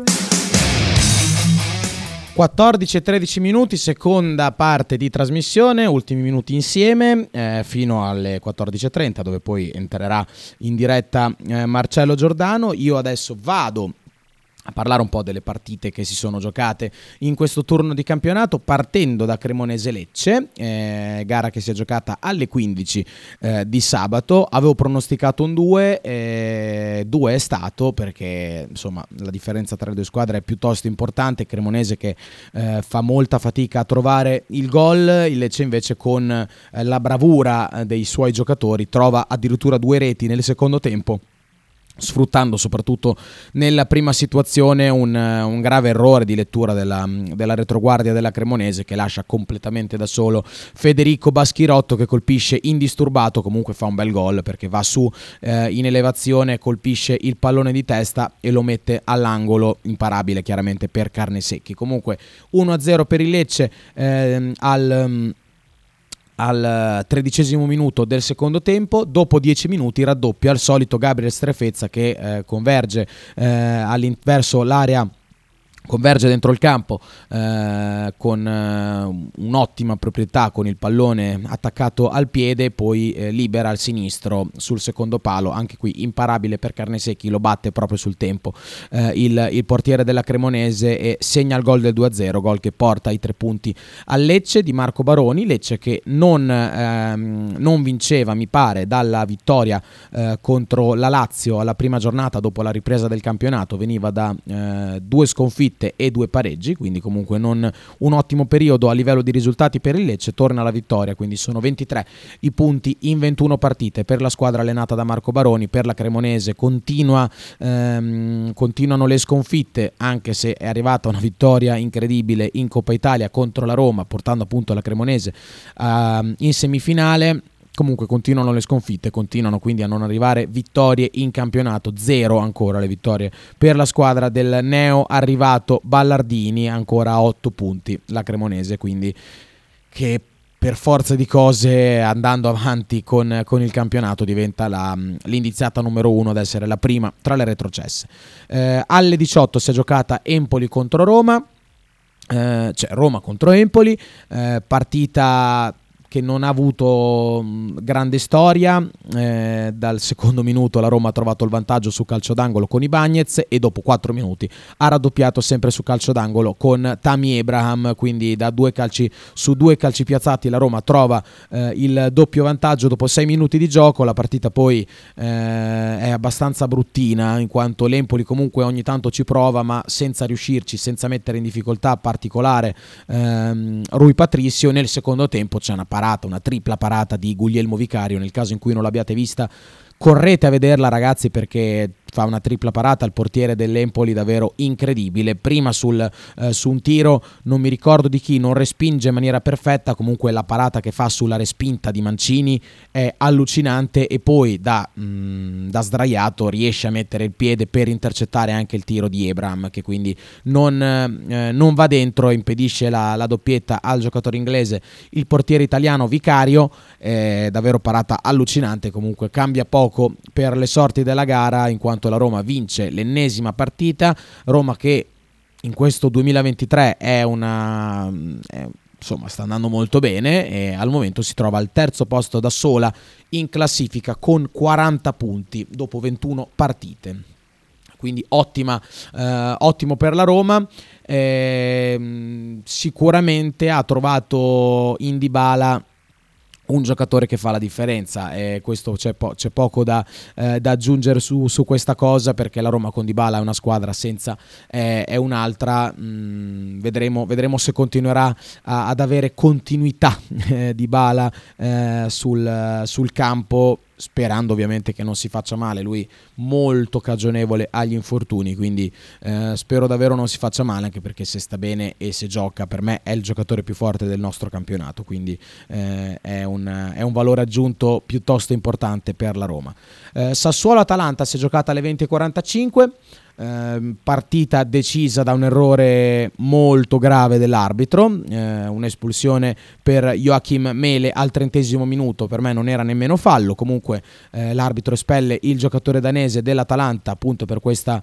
14 e 13 minuti, seconda parte di trasmissione, ultimi minuti insieme fino alle 14.30, dove poi entrerà in diretta Marcello Giordano. Io adesso vado a parlare un po' delle partite che si sono giocate in questo turno di campionato, partendo da Cremonese-Lecce, gara che si è giocata alle 15 di sabato. Avevo pronosticato un 2, 2 è stato, perché insomma la differenza tra le due squadre è piuttosto importante. Cremonese che fa molta fatica a trovare il gol, il Lecce invece con la bravura dei suoi giocatori trova addirittura 2 reti nel secondo tempo, sfruttando soprattutto nella prima situazione un grave errore di lettura della retroguardia della Cremonese, che lascia completamente da solo Federico Baschirotto, che colpisce indisturbato, comunque fa un bel gol perché va su in elevazione, colpisce il pallone di testa e lo mette all'angolo, imparabile chiaramente per Carnesecchi. Comunque 1-0 per il Lecce al 13° minuto del secondo tempo. Dopo 10 minuti raddoppia al solito Gabriel Strefezza, che converge verso l'area, converge dentro il campo con un'ottima proprietà, con il pallone attaccato al piede, poi libera al sinistro sul secondo palo, anche qui imparabile per Carnesecchi, lo batte proprio sul tempo il portiere della Cremonese e segna il gol del 2-0, gol che porta i 3 punti al Lecce di Marco Baroni. Lecce che non vinceva, mi pare, dalla vittoria contro la Lazio alla prima giornata dopo la ripresa del campionato, veniva da 2 sconfitte e 2 pareggi, quindi comunque non un ottimo periodo a livello di risultati per il Lecce. Torna alla vittoria, quindi sono 23 i punti in 21 partite per la squadra allenata da Marco Baroni. Per la Cremonese continuano le sconfitte, anche se è arrivata una vittoria incredibile in Coppa Italia contro la Roma, portando appunto la Cremonese in semifinale. Comunque continuano le sconfitte, continuano quindi a non arrivare vittorie in campionato. 0 ancora le vittorie per la squadra del neo arrivato Ballardini, ancora a 8 punti la Cremonese, quindi che per forza di cose, andando avanti con il campionato, diventa l'indiziata numero 1 ad essere la prima tra le retrocesse. Alle 18 si è giocata Empoli contro Roma, cioè Roma contro Empoli, partita che non ha avuto grande storia. Dal secondo minuto la Roma ha trovato il vantaggio su calcio d'angolo con Ibañez e dopo 4 minuti ha raddoppiato sempre su calcio d'angolo con Tammy Abraham, quindi da 2 calci su 2 calci piazzati la Roma trova il doppio vantaggio dopo 6 minuti di gioco. La partita poi è abbastanza bruttina, in quanto l'Empoli comunque ogni tanto ci prova, ma senza riuscirci, senza mettere in difficoltà particolare Rui Patricio. Nel secondo tempo c'è una tripla parata di Guglielmo Vicario. Nel caso in cui non l'abbiate vista, correte a vederla, ragazzi, perché fa una tripla parata al portiere dell'Empoli davvero incredibile. Prima su un tiro, non mi ricordo di chi, non respinge in maniera perfetta, comunque la parata che fa sulla respinta di Mancini è allucinante, e poi da sdraiato riesce a mettere il piede per intercettare anche il tiro di Abraham, che quindi non va dentro, impedisce la doppietta al giocatore inglese, il portiere italiano Vicario. Davvero parata allucinante. Comunque cambia poco per le sorti della gara, in quanto la Roma vince l'ennesima partita. Roma che in questo 2023 insomma sta andando molto bene e al momento si trova al terzo posto da sola in classifica con 40 punti dopo 21 partite. Quindi ottimo per la Roma. Sicuramente ha trovato in Dybala un giocatore che fa la differenza, e questo c'è poco da aggiungere su questa cosa, perché la Roma con Dybala è una squadra senza è un'altra. Vedremo se continuerà ad avere continuità Dybala sul campo, sperando ovviamente che non si faccia male. Lui molto cagionevole agli infortuni, quindi spero davvero non si faccia male, anche perché se sta bene e se gioca, per me è il giocatore più forte del nostro campionato, quindi è un valore aggiunto piuttosto importante per la Roma. Sassuolo-Atalanta si è giocata alle 20:45. partita decisa da un errore molto grave dell'arbitro, un'espulsione per Joachim Mele al 30° minuto, per me non era nemmeno fallo, comunque l'arbitro espelle il giocatore danese dell'Atalanta appunto per questa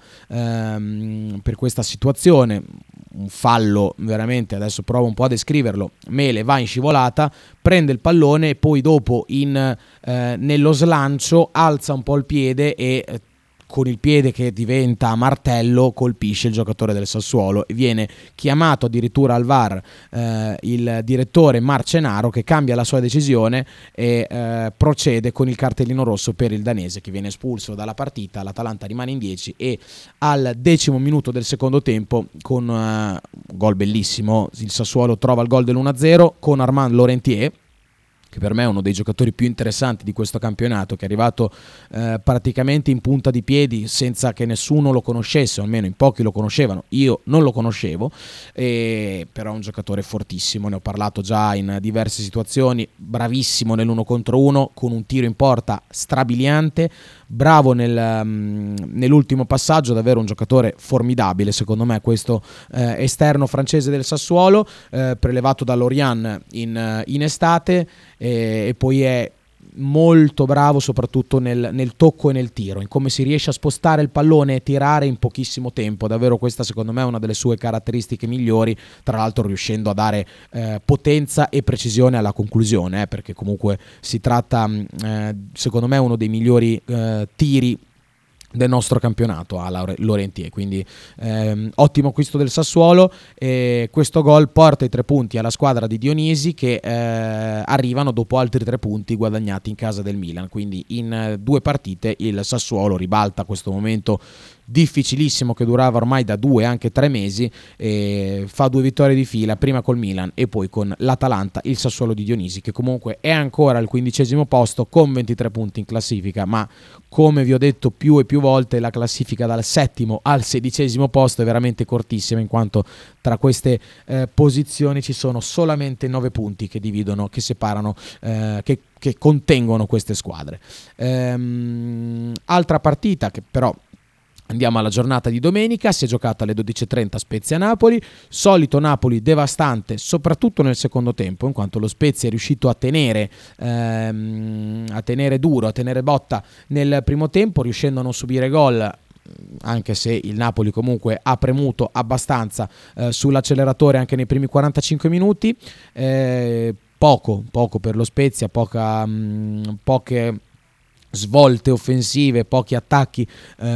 situazione, un fallo veramente, adesso provo un po' a descriverlo. Mele va in scivolata, prende il pallone e poi dopo nello slancio alza un po' il piede e con il piede che diventa a martello colpisce il giocatore del Sassuolo e viene chiamato addirittura al VAR il direttore Marcenaro, che cambia la sua decisione e procede con il cartellino rosso per il danese, che viene espulso dalla partita. L'Atalanta rimane in 10 e al 10° minuto del secondo tempo, con un gol bellissimo, il Sassuolo trova il gol dell'1-0 con Armand Laurentier, che per me è uno dei giocatori più interessanti di questo campionato, che è arrivato praticamente in punta di piedi senza che nessuno lo conoscesse, o almeno in pochi lo conoscevano, io non lo conoscevo, però è un giocatore fortissimo, ne ho parlato già in diverse situazioni, bravissimo nell'1 contro 1, con un tiro in porta strabiliante, bravo nell'ultimo passaggio, davvero un giocatore formidabile secondo me questo esterno francese del Sassuolo, prelevato da Lorient in estate, e poi è molto bravo soprattutto nel tocco e nel tiro, in come si riesce a spostare il pallone e tirare in pochissimo tempo. Davvero questa secondo me è una delle sue caratteristiche migliori, tra l'altro riuscendo a dare potenza e precisione alla conclusione, perché comunque si tratta secondo me uno dei migliori tiri del nostro campionato a Laurentier, quindi ottimo acquisto del Sassuolo, e questo gol porta i 3 punti alla squadra di Dionisi, che arrivano dopo altri 3 punti guadagnati in casa del Milan, quindi in 2 partite il Sassuolo ribalta questo momento difficilissimo che durava ormai da 2 anche 3 mesi, e fa 2 vittorie di fila, prima col Milan e poi con l'Atalanta. Il Sassuolo di Dionisi, che comunque è ancora al 15° posto con 23 punti in classifica, ma come vi ho detto più e più volte, la classifica dal 7° al 16° posto è veramente cortissima, in quanto tra queste posizioni ci sono solamente 9 punti che dividono, che separano, che contengono queste squadre. Altra partita che però andiamo alla giornata di domenica, si è giocata alle 12:30 Spezia-Napoli, solito Napoli devastante soprattutto nel secondo tempo, in quanto lo Spezia è riuscito a tenere duro, a tenere botta nel primo tempo, riuscendo a non subire gol, anche se il Napoli comunque ha premuto abbastanza sull'acceleratore anche nei primi 45 minuti, poco per lo Spezia, poche svolte offensive, pochi attacchi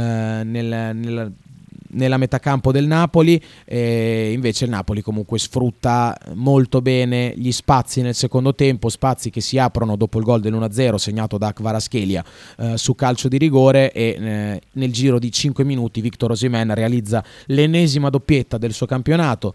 nella metà campo del Napoli, e invece il Napoli comunque sfrutta molto bene gli spazi nel secondo tempo, spazi che si aprono dopo il gol dell'1-0 segnato da Kvaratskhelia su calcio di rigore, e nel giro di 5 minuti Victor Osimhen realizza l'ennesima doppietta del suo campionato,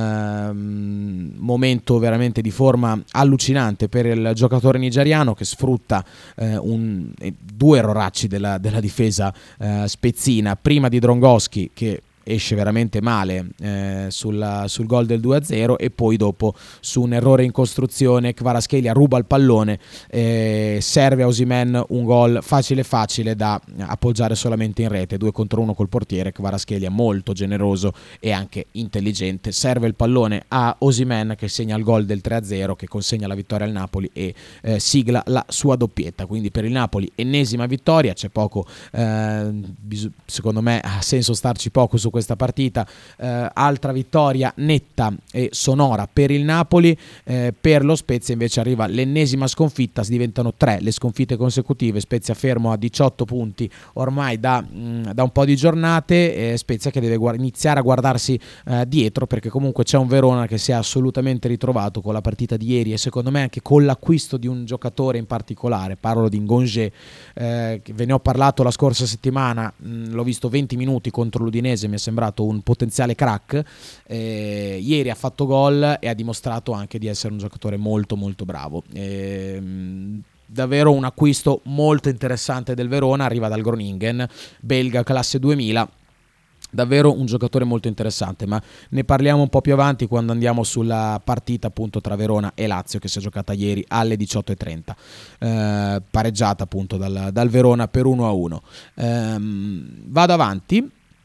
momento veramente di forma allucinante per il giocatore nigeriano, che sfrutta 2 erroracci della difesa spezzina, prima di Drongoschi, che esce veramente male sul gol del 2-0, e poi dopo su un errore in costruzione Kvaratskhelia ruba il pallone, serve a Osimhen un gol facile da appoggiare solamente in rete, 2 contro 1 col portiere. Kvaratskhelia molto generoso e anche intelligente, serve il pallone a Osimhen, che segna il gol del 3-0, che consegna la vittoria al Napoli e sigla la sua doppietta. Quindi per il Napoli ennesima vittoria, c'è poco, secondo me ha senso starci poco su questa partita, altra vittoria netta e sonora per il Napoli. Per lo Spezia invece arriva l'ennesima sconfitta, diventano 3 le sconfitte consecutive, Spezia fermo a 18 punti ormai da un po' di giornate, Spezia che deve iniziare a guardarsi dietro, perché comunque c'è un Verona che si è assolutamente ritrovato con la partita di ieri, e secondo me anche con l'acquisto di un giocatore in particolare, parlo di Ngonge, che ve ne ho parlato la scorsa settimana, l'ho visto 20 minuti contro l'Udinese, mi è sembrato un potenziale crack, ieri ha fatto gol e ha dimostrato anche di essere un giocatore molto bravo, davvero un acquisto molto interessante del Verona, arriva dal Groningen, belga classe 2000, davvero un giocatore molto interessante, ma ne parliamo un po' più avanti quando andiamo sulla partita appunto tra Verona e Lazio, che si è giocata ieri alle 18:30, pareggiata appunto dal Verona per 1-1. Vado avanti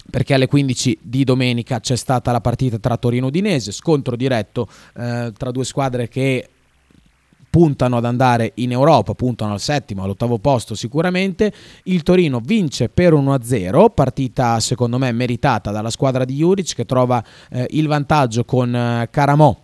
perché alle 15 di domenica c'è stata la partita tra Torino e Udinese, scontro diretto tra due squadre che puntano ad andare in Europa, puntano al settimo, all'ottavo posto sicuramente. Il Torino vince per 1-0, partita secondo me meritata dalla squadra di Juric, che trova il vantaggio con Caramò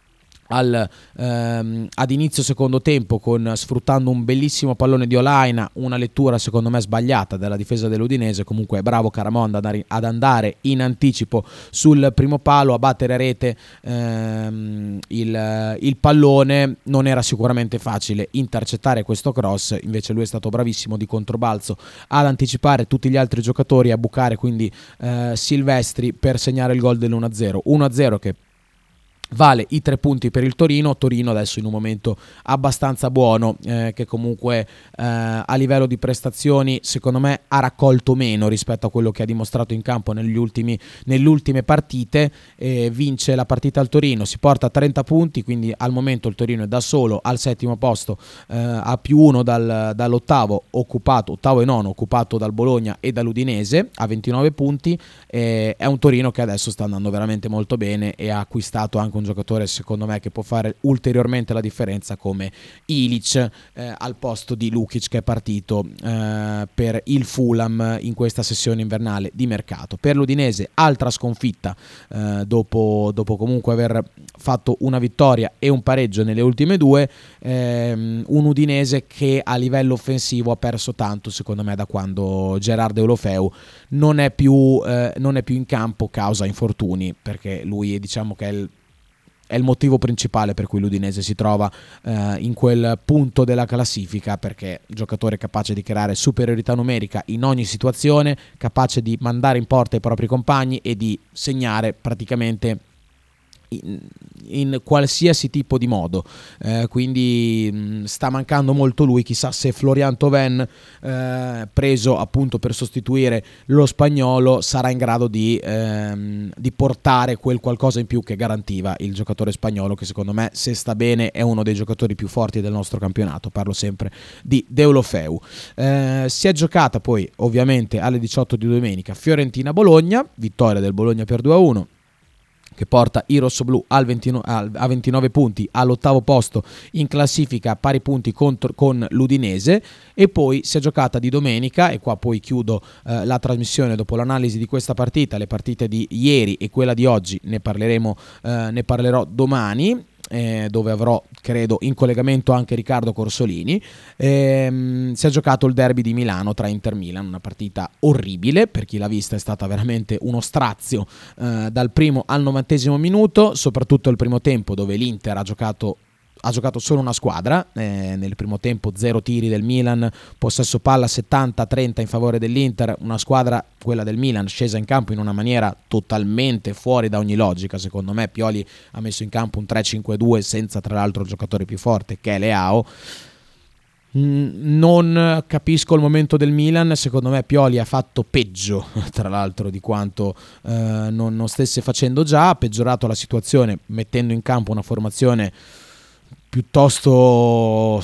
ad inizio secondo tempo, sfruttando un bellissimo pallone di Olaina, una lettura secondo me sbagliata della difesa dell'Udinese. Comunque bravo Caramò ad andare in anticipo sul primo palo, a battere a rete il pallone. Non era sicuramente facile intercettare questo cross, invece lui è stato bravissimo di controbalzo ad anticipare tutti gli altri giocatori, a bucare quindi Silvestri per segnare il gol dell'1-0. 1-0 che vale i 3 punti per il Torino adesso in un momento abbastanza buono, che comunque a livello di prestazioni secondo me ha raccolto meno rispetto a quello che ha dimostrato in campo nelle ultime partite. Vince la partita al Torino, si porta a 30 punti, quindi al momento il Torino è da solo al settimo posto, a +1 dall'ottavo ottavo e nono occupato dal Bologna e dall'Udinese, a 29 punti. È un Torino che adesso sta andando veramente molto bene e ha acquistato anche un giocatore secondo me che può fare ulteriormente la differenza, come Ilic, al posto di Lukic, che è partito per il Fulham in questa sessione invernale di mercato. Per l'Udinese altra sconfitta, dopo comunque aver fatto una vittoria e un pareggio nelle ultime due. Un Udinese che a livello offensivo ha perso tanto secondo me da quando Gerard Deulofeu non è più in campo causa infortuni, perché lui diciamo che è il motivo principale per cui l'Udinese si trova in quel punto della classifica, perché giocatore capace di creare superiorità numerica in ogni situazione, capace di mandare in porta i propri compagni e di segnare praticamente in qualsiasi tipo di modo, quindi sta mancando molto lui. Chissà se Florian Thauvin, preso appunto per sostituire lo spagnolo, sarà in grado di portare quel qualcosa in più che garantiva il giocatore spagnolo, che secondo me, se sta bene, è uno dei giocatori più forti del nostro campionato. Parlo sempre di Deulofeu. Si è giocata poi ovviamente alle 18 di domenica Fiorentina-Bologna, vittoria del Bologna per 2-1, che porta i rossoblù a 29 punti, all'ottavo posto in classifica, a pari punti con l'Udinese. E poi si è giocata di domenica, e qua poi chiudo la trasmissione dopo l'analisi di questa partita, le partite di ieri e quella di oggi ne parlerò domani, dove avrò, credo, in collegamento anche Riccardo Corsolini. Si è giocato il derby di Milano tra Inter Milan, una partita orribile, per chi l'ha vista è stata veramente uno strazio dal primo al 90° minuto, soprattutto il primo tempo, dove l'Inter ha giocato solo una squadra. Nel primo tempo 0 tiri del Milan, possesso palla 70-30 in favore dell'Inter, una squadra, quella del Milan, scesa in campo in una maniera totalmente fuori da ogni logica. Secondo me Pioli ha messo in campo un 3-5-2 senza tra l'altro il giocatore più forte, che è Leao. Non capisco il momento del Milan. Secondo me Pioli ha fatto peggio tra l'altro di quanto non stesse facendo già. Ha peggiorato la situazione mettendo in campo una formazione piuttosto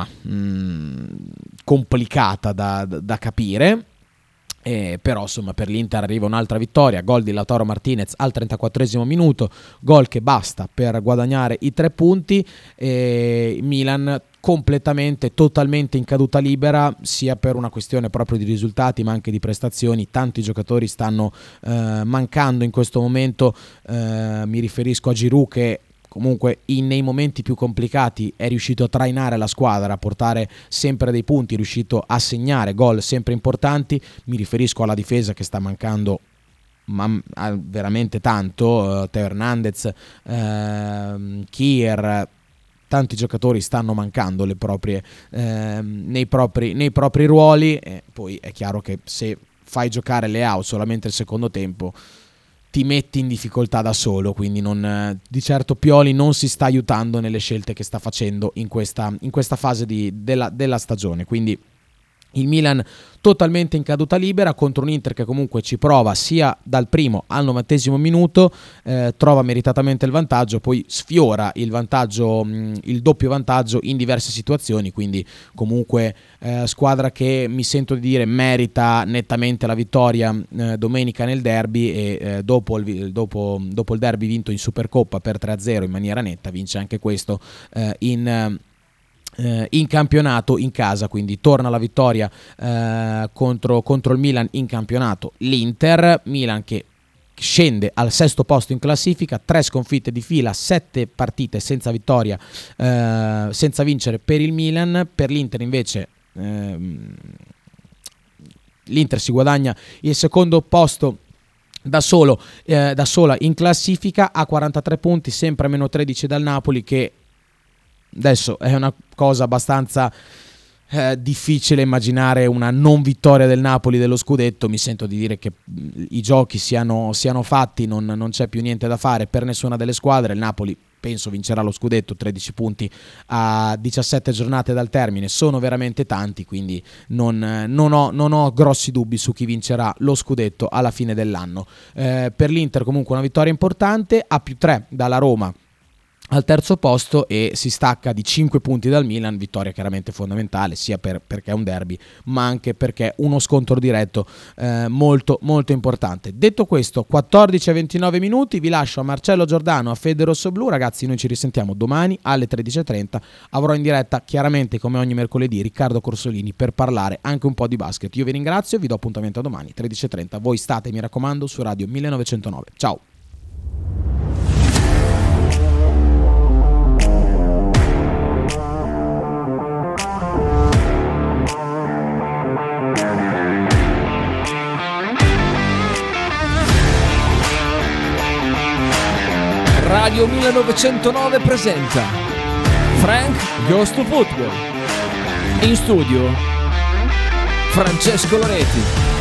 complicata da capire. Però insomma per l'Inter arriva un'altra vittoria, gol di Lautaro Martinez al 34° minuto, gol che basta per guadagnare i 3 punti. Milan totalmente in caduta libera, sia per una questione proprio di risultati ma anche di prestazioni. Tanti giocatori stanno mancando in questo momento. Mi riferisco a Giroud, che comunque nei momenti più complicati è riuscito a trainare la squadra, a portare sempre dei punti, è riuscito a segnare gol sempre importanti. Mi riferisco alla difesa, che sta mancando veramente tanto. Teo Hernandez, Kier, tanti giocatori stanno mancando nei propri ruoli. E poi è chiaro che se fai giocare Leao solamente il secondo tempo ti metti in difficoltà da solo, quindi di certo Pioli non si sta aiutando nelle scelte che sta facendo in questa fase della stagione. Quindi Il Milan totalmente in caduta libera contro un Inter che comunque ci prova sia dal primo al 90° minuto, trova meritatamente il vantaggio, poi sfiora il vantaggio, il doppio vantaggio in diverse situazioni, quindi comunque squadra che mi sento di dire merita nettamente la vittoria domenica nel derby e dopo il derby vinto in Supercoppa per 3-0 in maniera netta, vince anche questo in campionato in casa, quindi torna la vittoria contro il Milan in campionato. L'Inter, Milan che scende al 6° posto in classifica, 3 sconfitte di fila, 7 partite senza vittoria, senza vincere per il Milan. Per l'Inter invece l'Inter si guadagna il 2° posto da sola in classifica a 43 punti, sempre a meno 13 dal Napoli, che adesso è una cosa abbastanza difficile immaginare una non vittoria del Napoli dello scudetto. Mi sento di dire che i giochi siano fatti, non c'è più niente da fare per nessuna delle squadre. Il Napoli penso vincerà lo scudetto, 13 punti a 17 giornate dal termine sono veramente tanti, quindi non ho grossi dubbi su chi vincerà lo scudetto alla fine dell'anno. Per l'Inter comunque una vittoria importante, a +3 dalla Roma al 3° posto e si stacca di 5 punti dal Milan, vittoria chiaramente fondamentale sia perché è un derby ma anche perché uno scontro diretto molto molto importante. Detto questo, 14:29 minuti, vi lascio a Marcello Giordano, a Fede Rossoblu. Ragazzi, noi ci risentiamo domani alle 13:30, avrò in diretta chiaramente come ogni mercoledì Riccardo Corsolini per parlare anche un po' di basket. Io vi ringrazio e vi do appuntamento a domani 13:30, voi state, mi raccomando, su Radio 1909. Ciao. Radio 1909 presenta Frank Goes to Football. In studio Francesco Loreti.